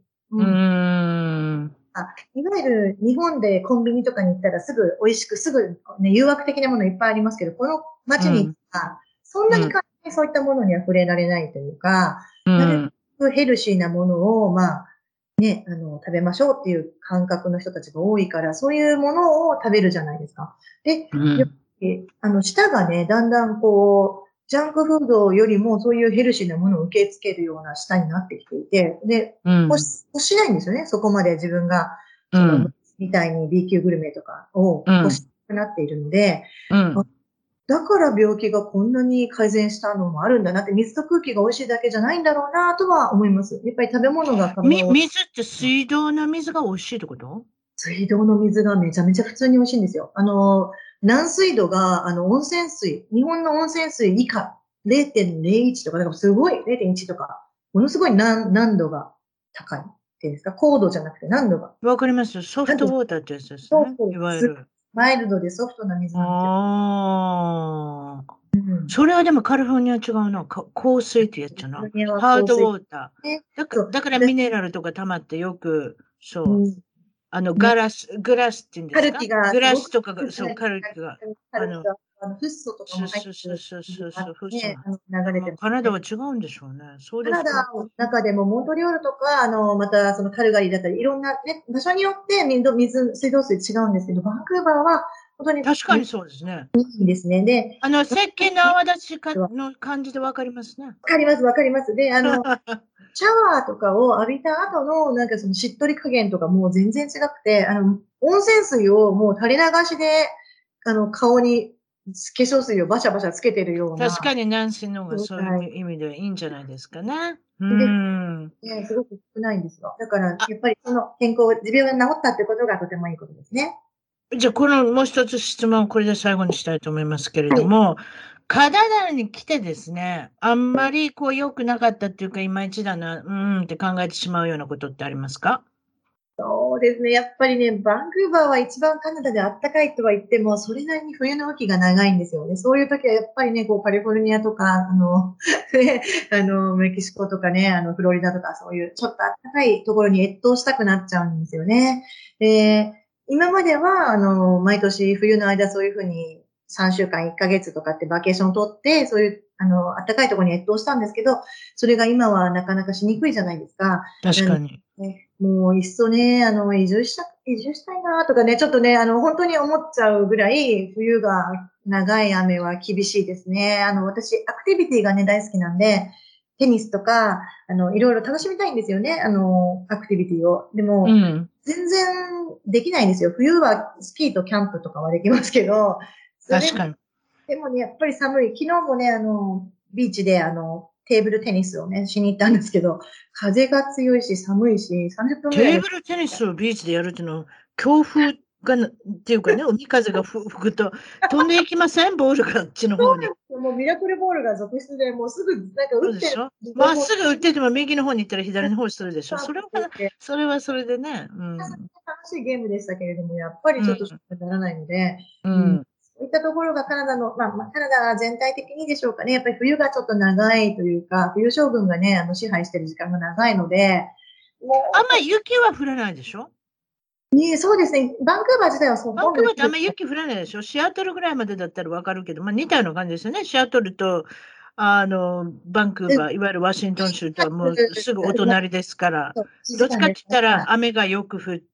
Speaker 2: いわゆる日本でコンビニとかに行ったらすぐ美味しく、すぐ、ね、誘惑的なものいっぱいありますけど、この街に行ったら、そんなに簡単にそういったものには触れられないというか、なるべくヘルシーなものを、食べましょうっていう感覚の人たちが多いから、そういうものを食べるじゃないですか。で、舌がね、だんだんこう、ジャンクフードよりもそういうヘルシーなものを受け付けるような舌になってきていて、で、欲しないんですよね。そこまで自分が、みたいに B 級グルメとかを欲しくなっているので、だから病気がこんなに改善したのもあるんだなって、水と空気が美味しいだけじゃないんだろうなとは思います。やっぱり食べ物が
Speaker 1: 水って水道の水が美味しいってこと？
Speaker 2: 水道の水がめちゃめちゃ普通に美味しいんですよ。軟水度が、温泉水、日本の温泉水以下、0.01 とか、だからすごい、0.1とか、ものすごい難度が高いっていうんですか、高度じゃなくて難度が。
Speaker 1: わかります。ソフトウォーターってやつですね。いわゆる。
Speaker 2: マイルドでソフトな水なんですよ。
Speaker 1: それはでもカリフォルニアは違うな。硬水ってやつやな。ハードウォーター。だからミネラルとか溜まってよく、そう。グラスって言うんですか？グラスとかが、そう、カルキが。
Speaker 2: フッ素とかも入ってる。
Speaker 1: そう。
Speaker 2: 流れてます。
Speaker 1: カナダは違うんでしょうね。そうですか。
Speaker 2: カナダの中でもモントリオールとか、またそのカルガリーだったり、いろんなね、場所によって水道水違うんですけど、バンクーバーは本当に。
Speaker 1: 確かにそうですね。
Speaker 2: いいですね。で、
Speaker 1: 石鹸の泡立ちの感じでわかりますね。
Speaker 2: わかります、わかります。で、シャワーとかを浴びた後の、なんかそのしっとり加減とかもう全然違くて、温泉水をもう垂れ流しで、顔に化粧水をバシャバシャつけてるような。
Speaker 1: 確かにナンシーの方がそういう意味でいいんじゃないですかね。
Speaker 2: すごく少ないんですよ。だから、やっぱりその持病が治ったってことがとてもいいことですね。
Speaker 1: じゃあ、もう一つ質問をこれで最後にしたいと思いますけれども、カナダに来てですね、あんまり良くなかったっていうか、いまいちだな、って考えてしまうようなことってありますか？
Speaker 2: そそうですね。やっぱりね、バンクーバーは一番カナダで暖かいとは言っても、それなりに冬の雨季が長いんですよね。そういう時はやっぱりね、こうカリフォルニアとか、ね、メキシコとかね、フロリダとかそういうちょっと暖かいところに越冬したくなっちゃうんですよね。で、今までは、毎年冬の間そういうふうに3週間、1ヶ月とかってバケーション取って、そういう、暖かいところに越冬したんですけど、それが今はなかなかしにくいじゃないですか。
Speaker 1: 確かに。
Speaker 2: ね、もういっそね、移住したいなとかね、ちょっとね、本当に思っちゃうぐらい、冬が長い雨は厳しいですね。私、アクティビティがね、大好きなんで、テニスとか、いろいろ楽しみたいんですよね、アクティビティを。でも、全然できないんですよ。冬はスキーとキャンプとかはできますけど、
Speaker 1: 確かに。
Speaker 2: でもね、やっぱり寒い。昨日もね、ビーチでテーブルテニスをね、しに行ったんですけど、風が強いし寒いし、30分ぐらいで。
Speaker 1: テーブルテニスをビーチでやるっていうのは、強風がっていうかね、海風が吹くと飛んでいきませんボールがあっちの方に。
Speaker 2: もうミラクルボールが続出で、もうすぐなんか打ってる。
Speaker 1: そうでしょ。まっすぐ打ってても右の方に行ったら左の方にするでしょ。それはそれでね。
Speaker 2: 楽しいゲームでしたけれども、やっぱりちょっとならないので、そういったところがカナダの、カナダ全体的にでしょうかね。やっぱり冬がちょっと長いというか、冬将軍がね、支配してる時間が長いので、
Speaker 1: あんまり雪は降らないでしょ。
Speaker 2: ね、そうですね。バンクーバー自体はそう、
Speaker 1: バンクーバーってあんまり雪降らないでしょ。シアトルぐらいまでだったらわかるけど、似たような感じですよね。シアトルと、バンクーバー、いわゆるワシントン州とはもうすぐお隣ですから、どっちかって言ったら雨がよく降って、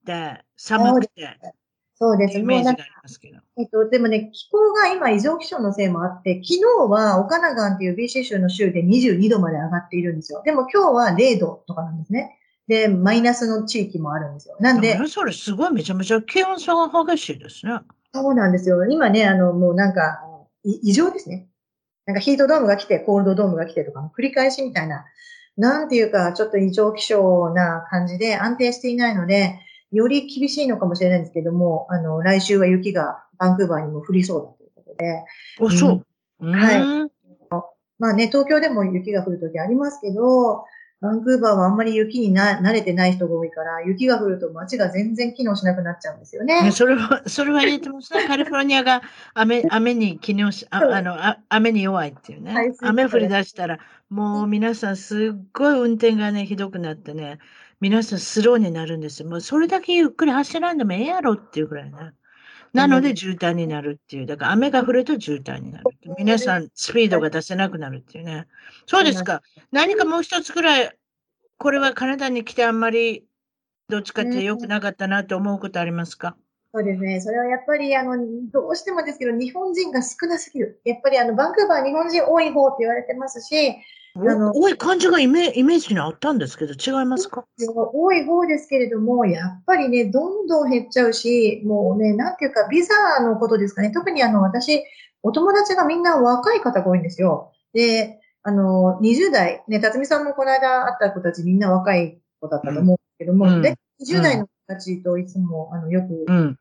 Speaker 1: 寒くて、
Speaker 2: そうです。
Speaker 1: イメージがありますけど。
Speaker 2: でもね、気候が今異常気象のせいもあって、昨日はオカナガンっていう BC 州の州で22度まで上がっているんですよ。でも今日は0度とかなんですね。で、マイナスの地域もあるんですよ。なんで、
Speaker 1: それすごいめちゃめちゃ気温差が激しいですね。
Speaker 2: そうなんですよ。今ね、もうなんか、異常ですね。なんかヒートドームが来て、コールドドームが来てとかの繰り返しみたいな、なんていうか、ちょっと異常気象な感じで安定していないので、より厳しいのかもしれないんですけども、来週は雪がバンクーバーにも降りそうだということで。
Speaker 1: そう。
Speaker 2: はい。まあね、東京でも雪が降るときありますけど、バンクーバーはあんまり雪に慣れてない人が多いから、雪が降ると街が全然機能しなくなっちゃうんですよね。
Speaker 1: それは言えてますね。カリフォルニアが雨に機能し、雨に弱いっていうね。雨降り出したら、もう皆さんすっごい運転がね、ひどくなってね、皆さんスローになるんですよ。もうそれだけゆっくり走らんでもええやろっていうくらいね。なので渋滞になるっていう。だから雨が降ると渋滞になる。皆さんスピードが出せなくなるっていうね。そうですか。何かもう一つくらい、これはカナダに来てあんまりどっちかって良くなかったなと思うことありますか？
Speaker 2: そうですね。それはやっぱり、どうしてもですけど、日本人が少なすぎる。やっぱり、バンクーバー日本人多い方って言われてますし、
Speaker 1: 多い感じがイメージにあったんですけど、違いますか？
Speaker 2: 多い方ですけれども、やっぱりね、どんどん減っちゃうし、もうね、なんていうか、ビザのことですかね。特に私、お友達がみんな若い方が多いんですよ。で、20代、ね、辰巳さんもこの間会った子たちみんな若い子だったと思うんですけども、で、20代の子たちといつも、よく、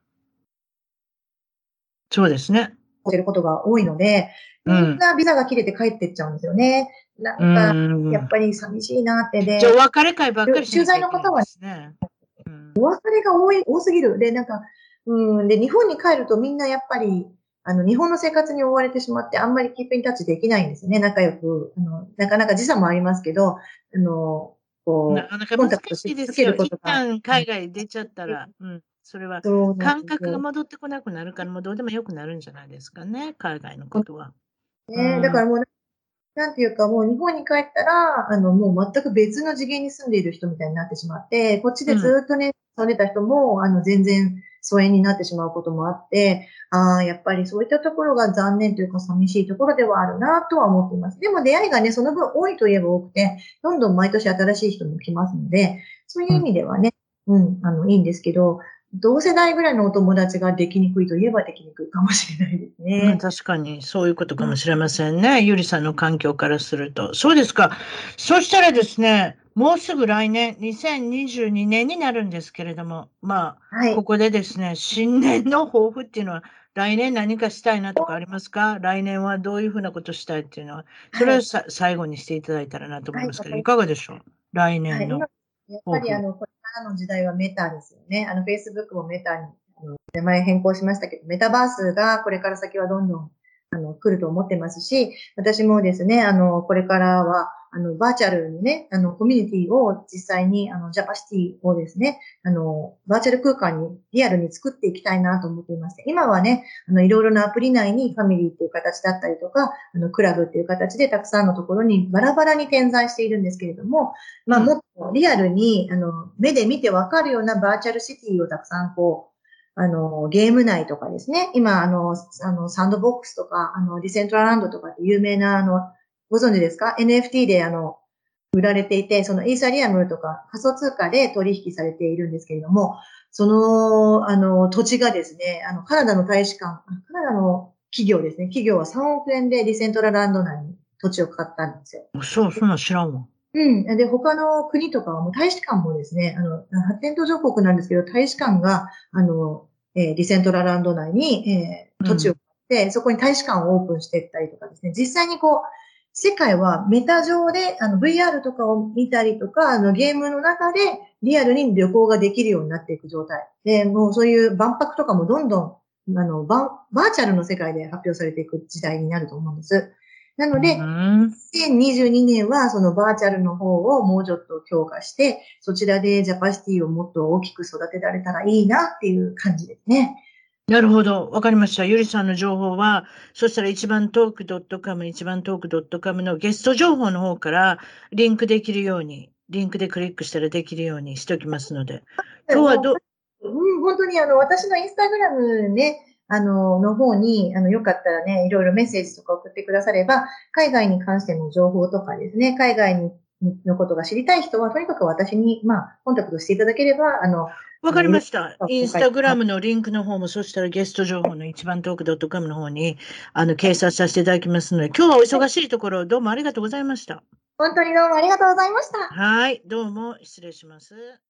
Speaker 1: そうですね。
Speaker 2: してることが多いので、みんなビザが切れて帰ってっちゃうんですよね。なんか、やっぱり寂しいなってで。
Speaker 1: じゃあ、お別れ会ばっかりしなきゃいけない
Speaker 2: 駐在の方は
Speaker 1: ですね。
Speaker 2: お別れが多すぎる。で、なんか、で、日本に帰るとみんなやっぱり、日本の生活に追われてしまって、あんまりキープインタッチできないんですよね。仲良く、なかなか時差もありますけど、
Speaker 1: なかなか難
Speaker 2: コンタクトし続け
Speaker 1: しいですよ。一
Speaker 2: ることが。
Speaker 1: 旦海外出ちゃったら、それは
Speaker 2: そうなん
Speaker 1: 感覚が
Speaker 2: ですよ。
Speaker 1: 戻ってこなくなるから、もうどうでもよくなるんじゃないですかね、海外のことは。
Speaker 2: だからもう、なんていうか、もう日本に帰ったら、もう全く別の次元に住んでいる人みたいになってしまって、こっちでずっとね、住んでた人も、全然疎遠になってしまうこともあって、やっぱりそういったところが残念というか寂しいところではあるなとは思っています。でも出会いがね、その分多いといえば多くて、どんどん毎年新しい人も来ますので、そういう意味ではね、いいんですけど、同世代ぐらいのお友達ができにくいといえばできにくいかもしれないですね。
Speaker 1: 確かにそういうことかもしれませんね。ゆりさんの環境からすると。そうですか。そしたらですね、もうすぐ来年、2022年になるんですけれども、ここでですね、新年の抱負っていうのは、来年何かしたいなとかありますか？来年はどういうふうなことしたいっていうのは、それは最後にしていただいたらなと思いますけど、いかがでしょう？来年の
Speaker 2: やっぱり
Speaker 1: 抱負。
Speaker 2: からの時代はメタですよね。Facebook もメタに、名前変更しましたけど、メタバースがこれから先はどんどん、来ると思ってますし、私もですね、これからは、バーチャルにね、コミュニティを実際に、ジャパシティをですね、バーチャル空間にリアルに作っていきたいなと思っていまして、今はね、いろいろなアプリ内にファミリーっていう形だったりとか、クラブっていう形でたくさんのところにバラバラに点在しているんですけれども、まあ、もっとリアルに、目で見てわかるようなバーチャルシティをたくさんゲーム内とかですね、今、サンドボックスとか、ディセントラランドとかって有名な、ご存知ですか？ NFT で、売られていて、そのイーサリアムとか仮想通貨で取引されているんですけれども、その、土地がですね、カナダの大使館、カナダの企業ですね、企業は3億円でディセントラランド内に土地を買ったんですよ。
Speaker 1: そう、そんなん知らんわ。
Speaker 2: うん。で、他の国とかはもう大使館もですね、発展途上国なんですけど、大使館が、ディセントラランド内に、土地を買って、そこに大使館をオープンしていったりとかですね、実際に世界はメタ上で、VR とかを見たりとか、ゲームの中でリアルに旅行ができるようになっていく状態。で、もうそういう万博とかもどんどん、バーチャルの世界で発表されていく時代になると思うんです。なので、2022年はそのバーチャルの方をもうちょっと強化して、そちらでジャパシティをもっと大きく育てられたらいいなっていう感じですね。
Speaker 1: なるほど。わかりました。ゆりさんの情報は、そしたら一番トーク .com、一番トーク .com のゲスト情報の方からリンクできるように、リンクでクリックしたらできるようにしておきますので。今日は
Speaker 2: 本当に私のインスタグラムね、の方に、よかったらね、いろいろメッセージとか送ってくだされば、海外に関しての情報とかですね、海外のことが知りたい人は、とにかく私に、コンタクトしていただければ、
Speaker 1: わかりました。インスタグラムのリンクの方も、そしたらゲスト情報の一番トーク .com の方に、掲載させていただきますので、今日はお忙しいところ、どうもありがとうございました。
Speaker 2: 本当にどうもありがとうございました。
Speaker 1: はい、どうも失礼します。